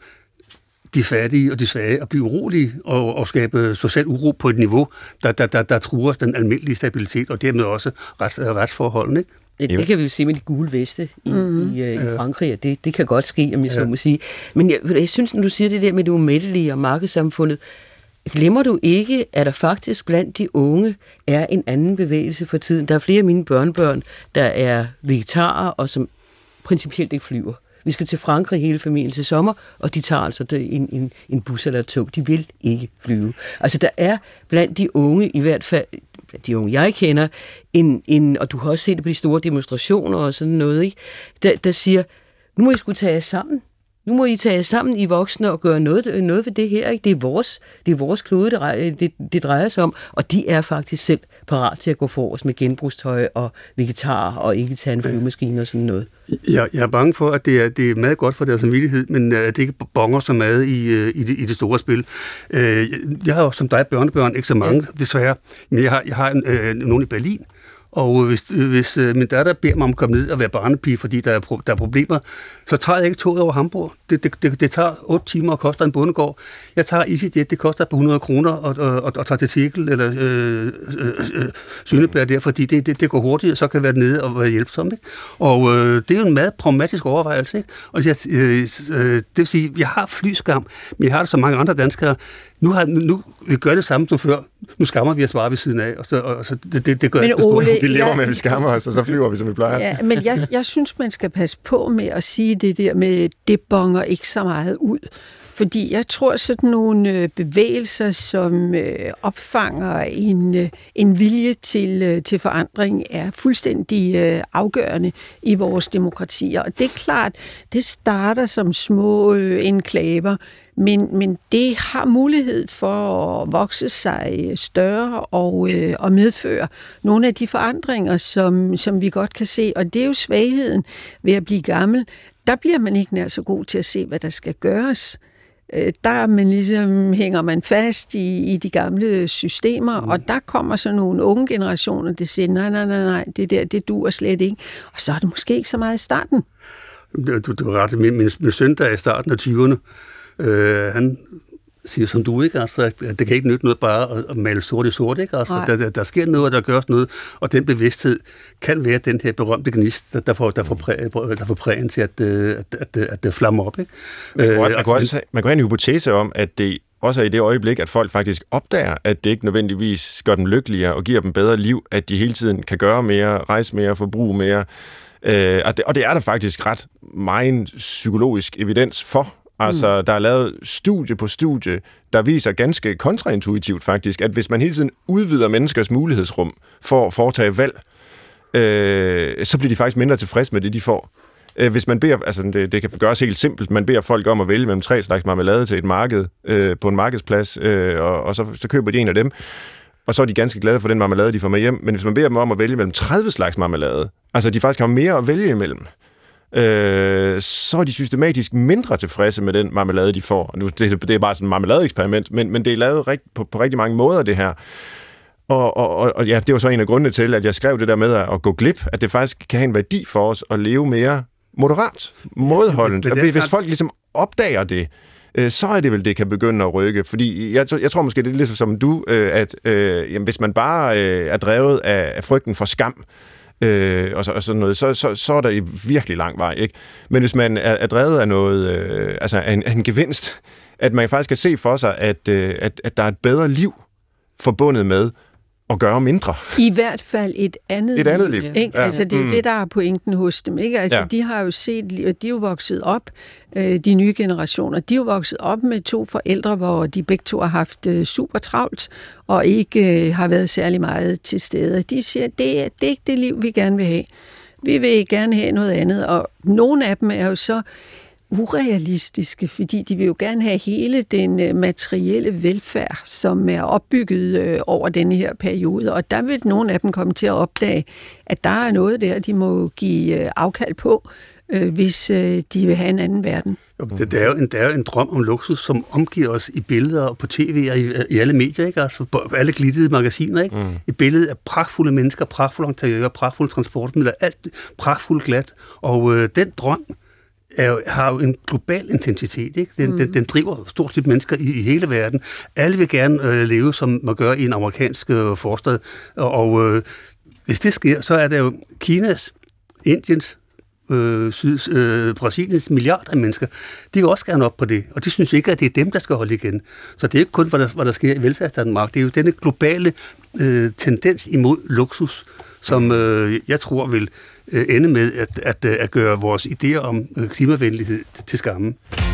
de fattige og de svage at blive urolige og, og skabe social uro på et niveau, der, der, der, der truer den almindelige stabilitet og dermed også rets, retsforholdene, ikke? Det, det kan vi jo se med de gule veste i, mm-hmm. i, i Frankrig, og det, det kan godt ske, om jeg ja. så må sige. Men jeg, jeg synes, når du siger det der med det umættelige og markedssamfundet, glemmer du ikke, at der faktisk blandt de unge er en anden bevægelse for tiden? Der er flere af mine børnebørn, der er vegetarer og som principielt ikke flyver. Vi skal til Frankrig hele familien til sommer, og de tager altså en, en, en bus eller et tog. De vil ikke flyve. Altså, der er blandt de unge, i hvert fald de unge, jeg kender, en, en, og du har også set det på de store demonstrationer og sådan noget, ikke? Der, der siger, nu må I skulle tage jer sammen. Nu må I tage jer sammen, I voksne, og gøre noget, noget ved det her. Ikke? Det er vores, det er vores klode, det, det, det drejer sig om, og de er faktisk selv parat til at gå forrest med genbrugstøj og vegetarer og ikke tage en flyvemaskine og sådan noget. Jeg, jeg er bange for, at det er, det er meget godt for deres samvittighed, men at det ikke bonger så meget i, i, det, i det store spil. Jeg har jo som dig børnebørn, ikke så mange, ja. desværre, men jeg har, jeg har øh, nogen i Berlin. Og hvis, hvis øh, min datter beder mig om at komme ned og være barnepige, fordi der er, pro- der er problemer, så tager jeg ikke toget over Hamburg. Det, det, det, det tager otte timer og koster en bondegård. Jeg tager EasyJet, det koster på hundrede kroner og, og, og, og tager til Tegel eller øh, øh, øh, Sønderberg der, fordi det, det, det går hurtigt, og så kan jeg være nede og være hjælpsom. Ikke? Og øh, det er jo en meget pragmatisk overvejelse. Ikke? Og jeg, øh, øh, det vil sige, jeg har flyskam, men jeg har det så mange andre danskere. Nu, har, nu vi gør det samme som før. Nu skammer vi os bare ved siden af, og så, og så det, det, det gør men Ole, vi lever ja, med, at vi skammer os, og så flyver vi, som vi plejer. Ja, men jeg, jeg synes, man skal passe på med at sige det der med, det bonger ikke så meget ud. Fordi jeg tror, sådan nogle bevægelser, som opfanger en, en vilje til, til forandring, er fuldstændig afgørende i vores demokratier. Og det er klart, det starter som små enklaver, men, men det har mulighed for at vokse sig større og, og medføre nogle af de forandringer, som, som vi godt kan se. Og det er jo svagheden ved at blive gammel. Der bliver man ikke nær så god til at se, hvad der skal gøres. Der man ligesom, hænger man fast i, i de gamle systemer, mm. og der kommer så nogle unge generationer, der siger, nej, nej, nej, nej, det der, det duer slet ikke. Og så er det måske ikke så meget i starten. Du, du har ret. Min, min, min søn, der er i starten af tyverne, øh, han siger som du, ikke? Altså, at det kan ikke nytte noget bare at male sort i sort, ikke? Altså, der, der, der sker noget, og der gøres noget, og den bevidsthed kan være den her berømte gnist, der får, der får, præ, der får prægen til at, at, at, at det flammer op, ikke? Man kan, man, kan også, man kan have en hypotese om, at det også er i det øjeblik, at folk faktisk opdager, at det ikke nødvendigvis gør dem lykkeligere og giver dem bedre liv, at de hele tiden kan gøre mere, rejse mere, forbruge mere. Øh, og, det, og det er der faktisk ret meget psykologisk evidens for. Altså, der er lavet studie på studie, der viser ganske kontraintuitivt faktisk, at hvis man hele tiden udvider menneskers mulighedsrum for at foretage valg, øh, så bliver de faktisk mindre tilfredse med det, de får. Øh, hvis man beder, altså det, det kan gøres helt simpelt, man beder folk om at vælge mellem tre slags marmelade til et marked, øh, på en markedsplads, øh, og, og så, så køber de en af dem, og så er de ganske glade for den marmelade, de får med hjem. Men hvis man beder dem om at vælge mellem tredive slags marmelade, altså de faktisk har mere at vælge imellem, Øh, så er de systematisk mindre tilfredse med den marmelade, de får. Nu, det, det er bare sådan et marmeladeeksperiment, men, men det er lavet rigt, på, på rigtig mange måder, det her. Og, og, og ja, det var så en af grundene til, at jeg skrev det der med at gå glip, at det faktisk kan have en værdi for os at leve mere moderat, mådeholdent. Og hvis folk ligesom opdager det, øh, så er det vel, det kan begynde at rykke. Fordi jeg, jeg tror måske, det er ligesom som du, øh, at øh, jamen, hvis man bare øh, er drevet af, af frygten for skam, Øh, og, så, og sådan noget, så, så, så er der virkelig lang vej, ikke? Men hvis man er, er drevet af noget, øh, altså af en, af en gevinst, at man faktisk kan se for sig, at, øh, at, at der er et bedre liv, forbundet med at gøre mindre. I hvert fald et andet et andet liv. liv. Ikke? Ja. Altså, det er mm. det, der er pointen hos dem. Ikke? Altså, ja. De har jo set, de er jo vokset op, de nye generationer, de er jo vokset op med to forældre, hvor de begge to har haft super travlt, og ikke har været særlig meget til stede. De siger, det er, det er ikke det liv, vi gerne vil have. Vi vil gerne have noget andet, og nogle af dem er jo så urealistiske, fordi de vil jo gerne have hele den materielle velfærd, som er opbygget over denne her periode, og der vil nogle af dem komme til at opdage, at der er noget der, de må give afkald på, hvis de vil have en anden verden. Jo, det, det, er jo en, det er jo en drøm om luksus, som omgiver os i billeder og på tv og i, i alle medier, ikke? Altså på alle glittede magasiner. Ikke? Mm. Et billede af pragtfulde mennesker, pragtfulde interiører, pragtfulde transportmidler, alt pragtfuldt glat, og øh, den drøm Er jo, har jo en global intensitet. Ikke? Den, mm. den, den driver stort set mennesker i, i hele verden. Alle vil gerne øh, leve, som man gør i en amerikansk øh, forstad. Og, og øh, hvis det sker, så er det jo Kinas, Indiens, øh, Syd, øh, Brasiliens milliarder af mennesker. De vil også gerne op på det. Og de synes ikke, at det er dem, der skal holde igen. Så det er ikke kun, hvad der, hvad der sker i velfærdsdanmark. Det er jo denne globale øh, tendens imod luksus, som øh, jeg tror vil øh, ende med at, at, at gøre vores idéer om øh, klimavenlighed til skamme.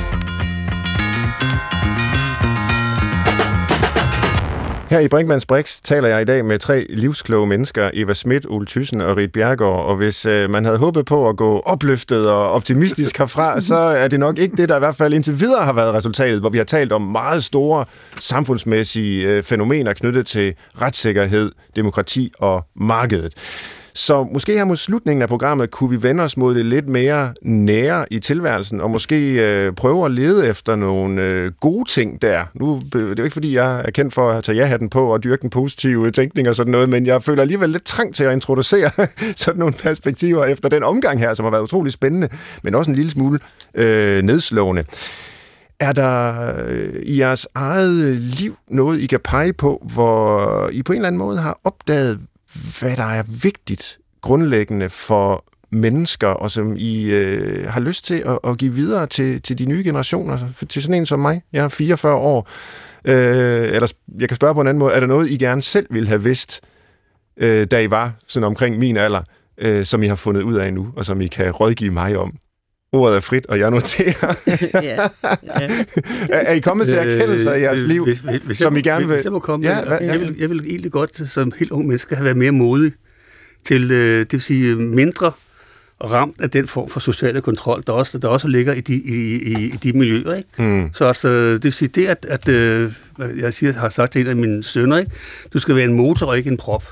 Her i Brinkmanns Brix taler jeg i dag med tre livskloge mennesker, Eva Smith, Ole Thyssen og Ritt Bjerregaard. Og hvis øh, man havde håbet på at gå opløftet og optimistisk herfra, så er det nok ikke det, der i hvert fald indtil videre har været resultatet, hvor vi har talt om meget store samfundsmæssige øh, fænomener knyttet til retssikkerhed, demokrati og markedet. Så måske her mod slutningen af programmet kunne vi vende os mod det lidt mere nære i tilværelsen, og måske øh, prøve at lede efter nogle øh, gode ting der. Nu det er jo ikke, fordi jeg er kendt for at tage ja-hatten på og dyrke den positive tænkning og sådan noget, men jeg føler alligevel lidt trang til at introducere sådan nogle perspektiver efter den omgang her, som har været utrolig spændende, men også en lille smule øh, nedslående. Er der øh, i jeres eget liv noget, I kan pege på, hvor I på en eller anden måde har opdaget, hvad der er vigtigt grundlæggende for mennesker, og som I øh, har lyst til at, at give videre til, til de nye generationer, til sådan en som mig. Jeg er fireogfyrre år. Øh, eller jeg kan spørge på en anden måde, er der noget, I gerne selv ville have vidst, øh, da I var sådan omkring min alder, øh, som I har fundet ud af nu, og som I kan rådgive mig om? Ordet er frit, og jeg noterer. ja, ja. Er I kommet til erkendelser i jeres liv, hvis, hvis, hvis som I gerne vil? Hvis jeg må komme, ja, hvad, jeg, vil, jeg vil egentlig godt som helt ung menneske have været mere modig til, det vil sige, mindre ramt af den form for sociale kontrol, der også, der også ligger i de, i, i, i de miljøer. Ikke? Mm. Så altså, det vil sige, det at, at jeg siger, har sagt til en af mine sønner, ikke? Du skal være en motor og ikke en prop.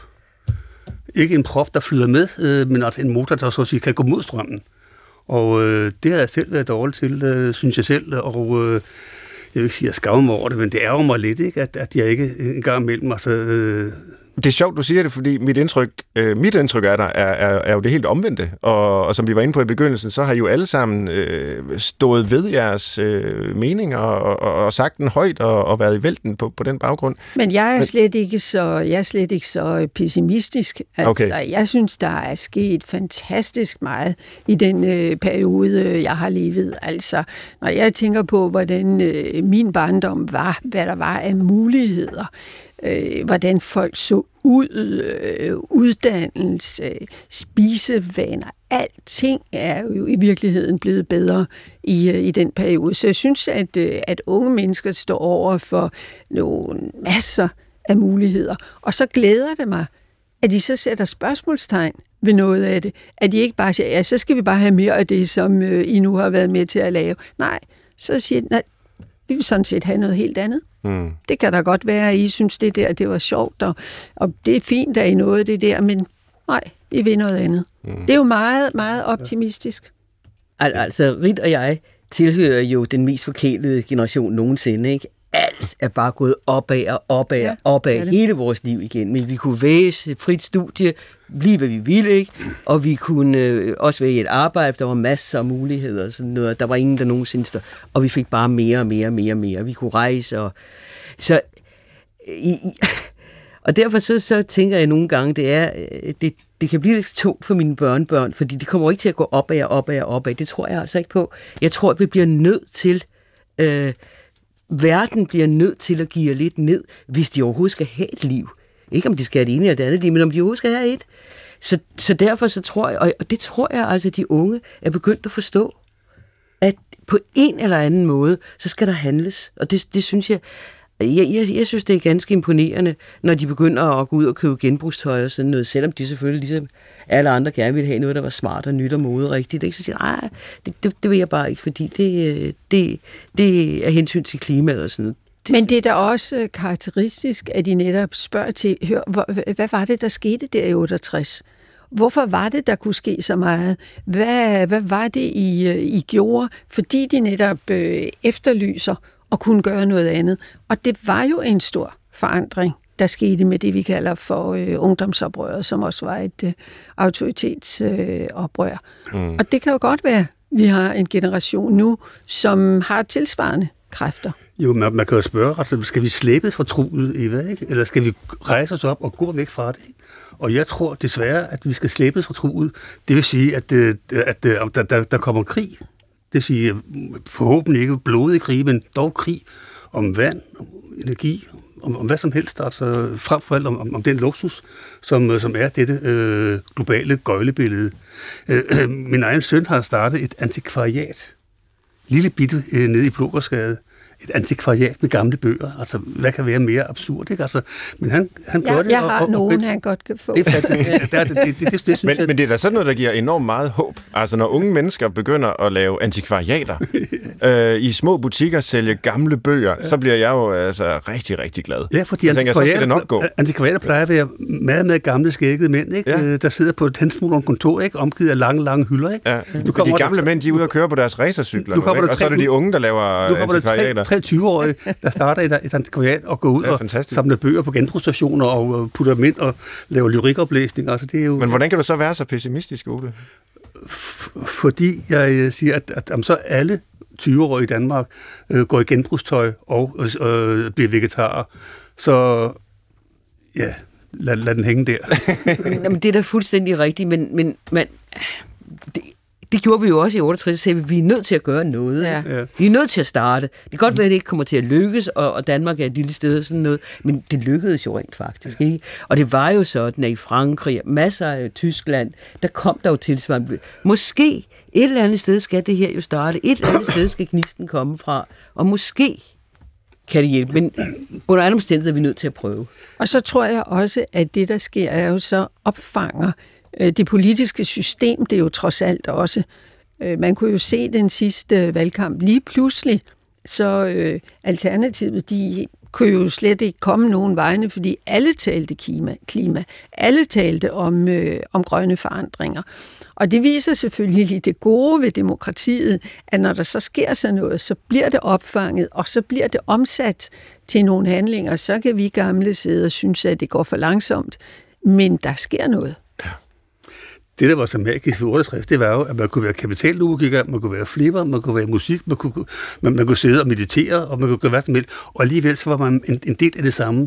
Ikke en prop, der flyder med, men altså en motor, der så at sige, kan gå mod strømmen. Og øh, det har jeg selv været dårlig til, øh, synes jeg selv, og øh, jeg vil ikke sige, at jeg skammer mig over det, men det ærger mig lidt, ikke? At, at jeg ikke engang imellem altså, øh, Det er sjovt, du siger det, fordi mit indtryk, øh, mit indtryk af dig er, er, er jo det helt omvendte. Og, og som vi var inde på i begyndelsen, så har I jo alle sammen øh, stået ved jeres øh, meninger og, og, og sagt den højt og, og været i vælten på, på den baggrund. Men jeg er slet ikke så, jeg er slet ikke så pessimistisk. Altså, okay. Jeg synes, der er sket fantastisk meget i den øh, periode, jeg har levet. Altså, når jeg tænker på, hvordan øh, min barndom var, hvad der var af muligheder, Øh, hvordan folk så ud, øh, uddannelse, spisevaner, alting er jo i virkeligheden blevet bedre i, i den periode. Så jeg synes, at, at unge mennesker står over for nogle masser af muligheder. Og så glæder det mig, at de så sætter spørgsmålstegn ved noget af det. At de ikke bare siger, ja, så skal vi bare have mere af det, som I nu har været med til at lave. Nej, så siger de, nej, vi vil sådan set have noget helt andet. Mm. Det kan da godt være, at I synes, det der det var sjovt, og, og det er fint, at I nåede det der, men nej, vi vil noget andet. Mm. Det er jo meget, meget optimistisk. Al- altså, Ritt og jeg tilhører jo den mest forkælede generation nogensinde, ikke? Alt er bare gået opad og opad ja, og opad hele vores liv igen. Men vi kunne væse frit studie, blive hvad vi ville, ikke? Og vi kunne øh, også være i et arbejde, der var masser af muligheder og sådan noget. Der var ingen, der nogensinde stod. Og vi fik bare mere og mere og mere og mere. Vi kunne rejse og... Så... I, i, og derfor så, så tænker jeg nogle gange, det er... Det, det kan blive lidt tungt for mine børnebørn, fordi de kommer ikke til at gå opad og opad og opad. Det tror jeg altså ikke på. Jeg tror, at vi bliver nødt til... Øh, verden bliver nødt til at give lidt ned, hvis de overhovedet skal have et liv. Ikke om de skal have det ene eller det andet liv, men om de overhovedet skal have et. Så, så derfor så tror jeg, og det tror jeg altså, de unge er begyndt at forstå, at på en eller anden måde, så skal der handles. Og det, det synes jeg, jeg, jeg, jeg synes, det er ganske imponerende, når de begynder at gå ud og købe genbrugstøj og sådan noget, selvom de selvfølgelig ligesom alle andre gerne ville have noget, der var smart og nyt og moderigtigt. Ikke? Så siger jeg, det, det, det vil jeg bare ikke, fordi det, det, det er hensyn til klimaet og sådan noget. Men det er da også karakteristisk, at de netop spørger til, hør, hvor, hvad var det, der skete der i otteogtres? Hvorfor var det, der kunne ske så meget? Hvad, hvad var det, I, I gjorde? Fordi de netop øh, efterlyser og kunne gøre noget andet. Og det var jo en stor forandring, der skete med det, vi kalder for øh, ungdomsoprøret, som også var et øh, autoritetsoprør. Øh, mm. Og det kan jo godt være, vi har en generation nu, som har tilsvarende kræfter. Jo, man, man kan jo spørge, altså, skal vi slæbe fra truet, Eva, ikke? Eller skal vi rejse os op og gå væk fra det? Ikke? Og jeg tror desværre, at vi skal slæbes fra truet. Det vil sige, at, at, at, at der, der, der kommer krig. Det vil sige, forhåbentlig ikke blodig krig, men dog krig om vand, om energi, om, om hvad som helst. Altså frem for alt om, om den luksus, som, som er dette øh, globale gøjlebillede. Øh, min egen søn har startet et antikvariat. Lille bitte øh, nede i Blågårdsgade. Et antikvariat med gamle bøger. Altså, hvad kan være mere absurd, ikke? Altså, men han, han ja, gør det. Jeg har og, og, nogen, han godt kan få. Det er det, det, det, det, det, det, det, men, men det er da sådan noget, der giver enormt meget håb. Altså, når unge mennesker begynder at lave antikvariater, øh, i små butikker sælge gamle bøger, ja. Så bliver jeg jo altså rigtig, rigtig glad. Ja, fordi antikvariater, antikvariater plejer at være meget, meget gamle, skæggede mænd, ikke? Ja. Der sidder på et hensmulende kontor, ikke? Omgivet af lange, lange hylder, ikke? Ja. Du de gamle der, mænd, de er ude og køre på deres racercykler, nu, nu, og så er det de unge, der laver antikvariater. treogtyve-årige, der starter et, et antikvariat og går ud ja, og fantastisk. Samler bøger på genbrugsstationer og putter dem ind og laver lyrikoplæsninger. Altså, det er jo, men hvordan kan du så være så pessimistisk, Ole? F- fordi jeg siger, at, at om så alle tyve-årige i Danmark øh, går i genbrugstøj og øh, bliver vegetarer, så ja, lad, lad den hænge der. Jamen, det er da fuldstændig rigtigt, men, men man, det, det gjorde vi jo også i otteogtres, så sagde vi, vi er nødt til at gøre noget. Ja. Ja. Vi er nødt til at starte. Det kan godt være, at det ikke kommer til at lykkes, og, og Danmark er et lille sted og sådan noget, men det lykkedes jo rent faktisk. Ikke? Og det var jo sådan, at i Frankrig, masser af Tyskland, der kom der jo tilsvarende. Måske et eller andet sted skal det her jo starte. Et eller andet sted skal gnisten komme fra, og måske kan det hjælpe, men under andre omstændigheder er vi nødt til at prøve. Og så tror jeg også, at det, der sker, er jo så opfanger det politiske system, det er jo trods alt også. Man kunne jo se den sidste valgkamp lige pludselig, så øh, alternativet, de kunne jo slet ikke komme nogen vegne, fordi alle talte klima, klima. Alle talte om, øh, om grønne forandringer. Og det viser selvfølgelig det gode ved demokratiet, at når der så sker sådan noget, så bliver det opfanget, og så bliver det omsat til nogle handlinger. Så kan vi gamle sidde og synes, at det går for langsomt, men der sker noget. Det, der var så magisk ved otteogtres, det var jo, at man kunne være kapitallogiker, man kunne være flipper, man kunne være musik, man kunne, man, man kunne sidde og meditere, og man kunne gøre hvad som helst, og alligevel så var man en, en del af det samme.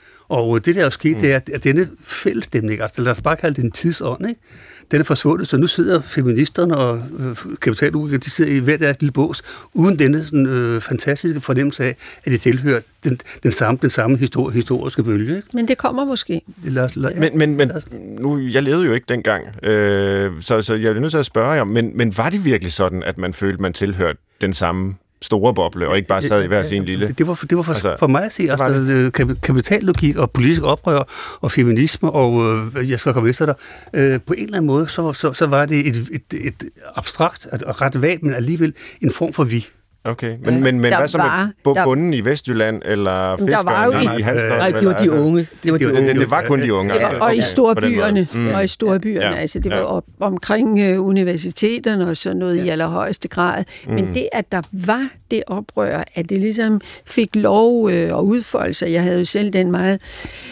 Og det, der er sket, mm. det er, at denne fællesstemning, altså lad os bare kalde det en tidsånd, ikke? Den er forsvundet, så nu sidder feministerne og øh, kapitallogiker, de sidder i hver deres lille bås, uden denne sådan, øh, fantastiske fornemmelse af, at de tilhører den, den samme, den samme histori- historiske bølge. Ikke? Men det kommer måske. Lad, lad, ja. Men, men, men nu, jeg levede jo ikke dengang, øh, så, så jeg er nødt til at spørge jer, men, men var det virkelig sådan, at man følte, man tilhørte den samme store boble, og ikke bare sad i hver sin lille? Det var for, det var for, altså, for mig at se, altså, kapitallogik og politisk oprør og feminisme, og øh, jeg skal komme efter dig, øh, på en eller anden måde, så, så, så var det et, et, et abstrakt og ret vagt, men alligevel en form for vi. Okay, men, ja, men, men hvad så var, med bunden i Vestjylland, eller fiskeren i Halmstad? Nej, det var de unge. Det var, de unge. Det, det var kun de unge. Ja, og, og i storbyerne, mm. og i storbyerne, ja. Altså det var op, omkring uh, universiteterne og sådan noget ja. I allerhøjeste grad. Mm. Men det, at der var det oprør, at det ligesom fik lov uh, at udfolde sig. Jeg havde jo selv den meget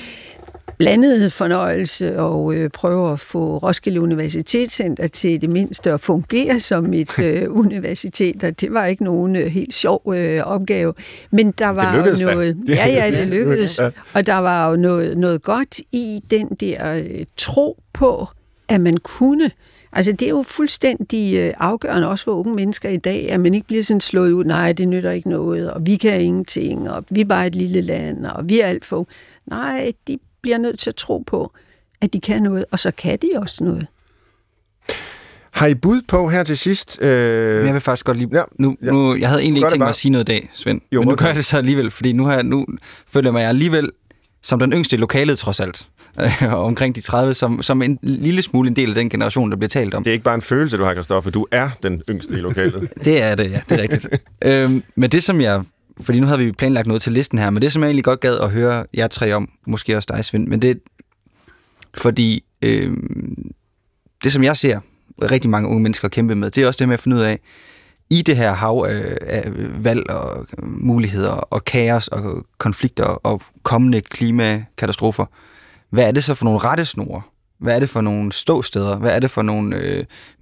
blandede fornøjelse og øh, prøve at få Roskilde Universitetscenter til det mindste at fungere som et øh, universitet, og det var ikke nogen øh, helt sjov øh, opgave. Men der var jo noget... Da. Ja, ja, det lykkedes. Og der var jo noget, noget godt i den der øh, tro på, at man kunne. Altså, det er jo fuldstændig afgørende også for unge mennesker i dag, at man ikke bliver sådan slået ud, nej, det nytter ikke noget, og vi kan ingenting, og vi er bare et lille land, og vi er alt for... Nej, de bliver nødt til at tro på, at de kan noget, og så kan de også noget. Har I bud på her til sidst? Øh... Jeg vil faktisk godt lige... Ja, nu, ja. Nu, jeg havde egentlig ikke tænkt mig at sige noget i dag, Svend, jo, men nu gør jeg det så alligevel, fordi nu, har jeg, nu føler jeg mig alligevel som den yngste i lokalet, trods alt. Omkring de tredive, som, som en lille smule en del af den generation, der bliver talt om. Det er ikke bare en følelse, du har, Christoffer. Du er den yngste i lokalet. Det er det, ja. Det er rigtigt. øhm, men det, som jeg... Fordi nu havde vi planlagt noget til listen her, men det, som jeg egentlig godt gad at høre jer tre om, måske også dig, Svend, men det... Fordi øhm, det, som jeg ser rigtig mange unge mennesker kæmpe med, det er også det med at finde ud af, i det her hav af, af valg og muligheder og kaos og konflikter og kommende klimakatastrofer, hvad er det så for nogle rettesnore? Hvad er det for nogle ståsteder? Hvad er det for nogle øh,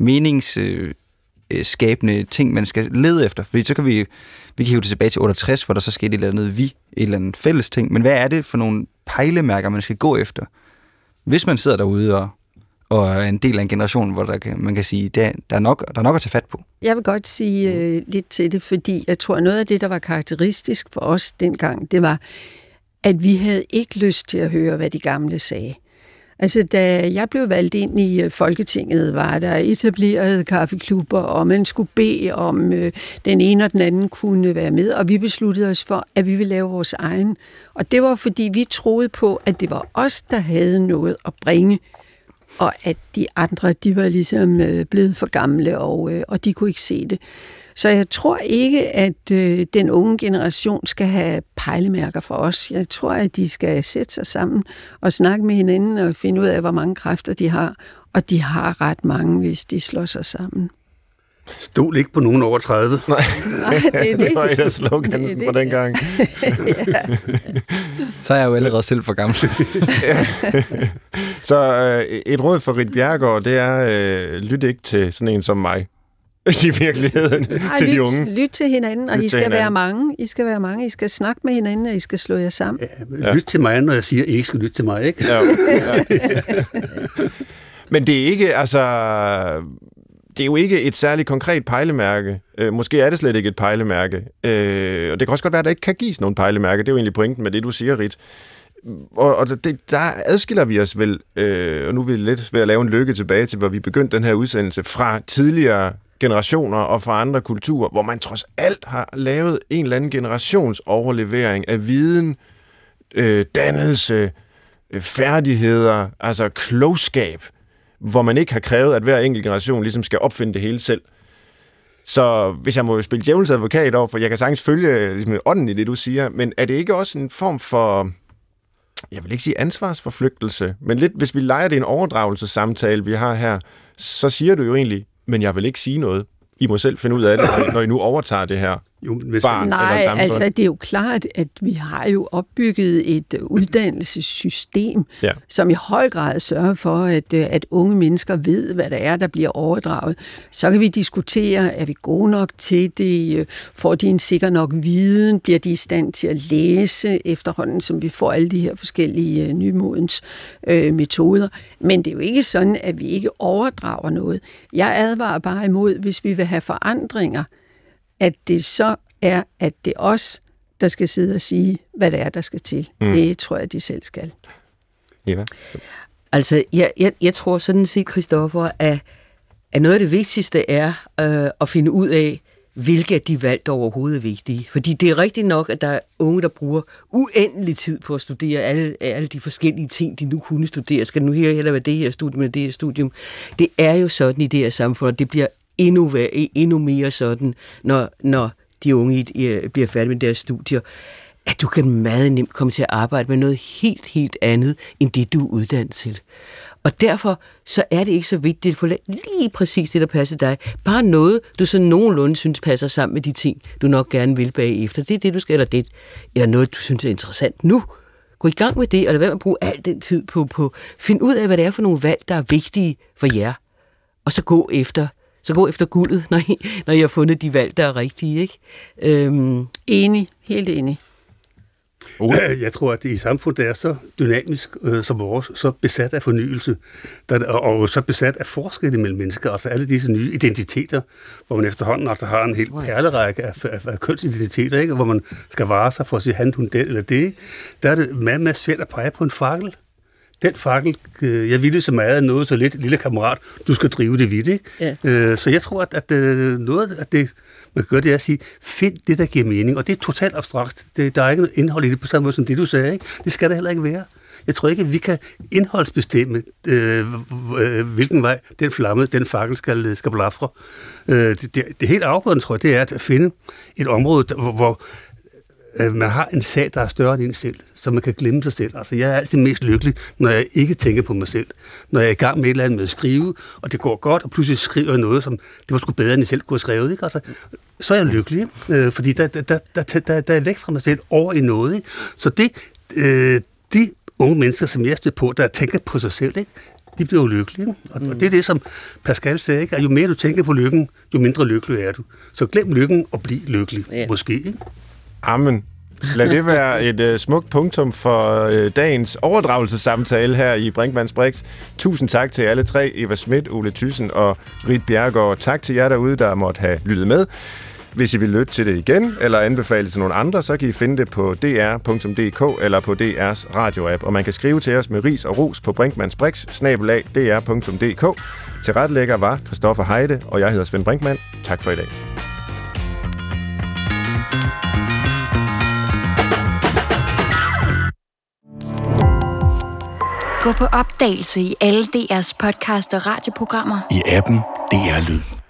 meningsskabende øh, ting, man skal lede efter? Fordi så kan vi, vi kan hive det tilbage til otteogtres, hvor der så skete et eller andet vi, et eller andet fælles ting. Men hvad er det for nogle pejlemærker, man skal gå efter? Hvis man sidder derude og, og er en del af en generation, hvor der kan, man kan sige, der, der, er nok, der er nok at tage fat på. Jeg vil godt sige øh, lidt til det, fordi jeg tror, noget af det, der var karakteristisk for os dengang, det var, at vi havde ikke lyst til at høre, hvad de gamle sagde. Altså, da jeg blev valgt ind i Folketinget, var der etablerede kaffeklubber, og man skulle bede om, øh, den ene og den anden kunne være med, og vi besluttede os for, at vi ville lave vores egen. Og det var, fordi vi troede på, at det var os, der havde noget at bringe, og at de andre, de var ligesom øh, blevet for gamle, og, øh, og de kunne ikke se det. Så jeg tror ikke, at øh, den unge generation skal have pejlemærker for os. Jeg tror, at de skal sætte sig sammen og snakke med hinanden og finde ud af, hvor mange kræfter de har. Og de har ret mange, hvis de slår sig sammen. Stol ikke på nogen over tredive. Nej, Nej det, er det. Det var et af slogansen på den gang. Ja. Så er jeg jo allerede selv for gammel. Ja. Så øh, et råd for Ritt Bjerregaard, det er, øh, lyt ikke til sådan en som mig. I virkeligheden. Ej, til lyt, de unge. Lyt til hinanden, og lyt I skal hinanden. være mange. I skal være mange. I skal snakke med hinanden, og I skal slå jer sammen. Ja, lyt til mig, når jeg siger, at I ikke skal lytte til mig, ikke? Ja. Ja. Men det er ikke, altså... Det er jo ikke et særligt konkret pejlemærke. Øh, måske er det slet ikke et pejlemærke. Øh, og det kan også godt være, at der ikke kan gives nogen pejlemærke. Det er jo egentlig pointen med det, du siger, Ritt. Og, og det, der adskiller vi os vel, øh, og nu er vi lidt ved at lave en lykke tilbage til, hvor vi begyndte den her udsendelse, fra tidligere generationer og fra andre kulturer, hvor man trods alt har lavet en eller anden generationsoverlevering af viden, øh, dannelse, øh, færdigheder, altså klogskab, hvor man ikke har krævet, at hver enkelt generation ligesom skal opfinde det hele selv. Så hvis jeg må spille djævelens advokat over, for jeg kan sagtens følge ligesom, ånden i det, du siger, men er det ikke også en form for, jeg vil ikke sige ansvarsforflygtelse, men lidt, hvis vi leger det en overdragelsessamtale, vi har her, så siger du jo egentlig, men jeg vil ikke sige noget. I må selv finde ud af det, når I nu overtager det her jo, hvis barn Nej, eller samfund. altså det er jo klart, at vi har jo opbygget et uddannelsessystem, ja. som i høj grad sørger for, at, at unge mennesker ved, hvad det er, der bliver overdraget. Så kan vi diskutere, er vi gode nok til det? Får de en sikker nok viden? Bliver de i stand til at læse efterhånden, som vi får alle de her forskellige nymodens øh, metoder? Men det er jo ikke sådan, at vi ikke overdrager noget. Jeg advarer bare imod, hvis vi vil have forandringer, at det så er, at det er os, der skal sidde og sige, hvad det er, der skal til. Mm. Det tror jeg, de selv skal. Eva? Altså, jeg, jeg, jeg tror sådan set, Christoffer, at, at noget af det vigtigste er øh, at finde ud af, hvilke af de valg, der overhovedet er vigtige. Fordi det er rigtigt nok, at der er unge, der bruger uendelig tid på at studere alle, alle de forskellige ting, de nu kunne studere. Skal det nu her heller være det her studium eller det her studium? Det er jo sådan i det her samfund, og det bliver endnu, endnu mere sådan, når, når de unge bliver færdige med deres studier, at du kan meget nemt komme til at arbejde med noget helt, helt andet, end det du er uddannet til. Og derfor så er det ikke så vigtigt at få lige præcis det, der passer dig. Bare noget, du så nogenlunde synes passer sammen med de ting, du nok gerne vil bagefter. Det er det, du skal, eller, det, eller noget, du synes er interessant nu. Gå i gang med det, eller hvad man bruger al den tid på, på. Find ud af, hvad det er for nogle valg, der er vigtige for jer. Og så gå efter Så gå efter guldet, når I, når I har fundet de valg, der er rigtige, ikke? Øhm. Enig, helt enig. Uh. Jeg tror, at det i samfundet er så dynamisk øh, som vores, så besat af fornyelse, der, og, og så besat af forskelle mellem mennesker, altså alle disse nye identiteter, hvor man efterhånden altså har en hel perlerække af, af, af kønsidentiteter, ikke? Hvor man skal vare sig for at sige han, hun, det eller det. Der er det meget, meget svært at pege på en fakkel. Den fakkel, øh, jeg ville så meget, noget så lidt, lille kammerat, du skal drive det vidt, ikke? Ja. Øh, så jeg tror, at, at øh, noget af det, man kan gøre, det er at sige, find det, der giver mening, og det er totalt abstrakt. Det, der er ikke noget indhold i det på samme måde som det, du sagde, ikke? Det skal der heller ikke være. Jeg tror ikke, at vi kan indholdsbestemme, øh, hvilken vej den flamme, den fakkel skal, skal blafre. Øh, det, det, det helt afgørende, tror jeg, det er at finde et område, hvor, hvor man har en sag, der er større end en selv, så man kan glemme sig selv. Altså, jeg er altid mest lykkelig, når jeg ikke tænker på mig selv. Når jeg er i gang med et eller andet med at skrive, og det går godt, og pludselig skriver jeg noget, som det var sgu bedre, end jeg selv kunne have skrevet. Ikke? Altså, så er jeg lykkelig, øh, fordi der, der, der, der, der, der er væk fra mig selv over i noget. Ikke? Så det, øh, de unge mennesker, som jeg støder på, der tænker på sig selv, ikke? De bliver jo lykkelige. Og, mm. og det er det, som Pascal sagde, ikke? At jo mere du tænker på lykken, jo mindre lykkelig er du. Så glem lykken og bliv lykkelig, ja. Måske. Ikke? Amen. Lad det være et uh, smukt punktum for uh, dagens overdragelsessamtale her i Brinkmanns Brix. Tusind tak til alle tre, Eva Smith, Ole Thyssen og Rit Bjerregaard. Tak til jer derude, der måtte have lyttet med. Hvis I vil lytte til det igen, eller anbefale til nogle andre, så kan I finde det på d r punktum d k eller på D R's radioapp. Og man kan skrive til os med ris og ros på brinkmannsbrix snabel-a d r punktum d k. Tilrettelægger var Christoffer Heide, og jeg hedder Svend Brinkmann. Tak for i dag. Gå på opdagelse i alle D R's podcast og radioprogrammer. I appen D R Lyd.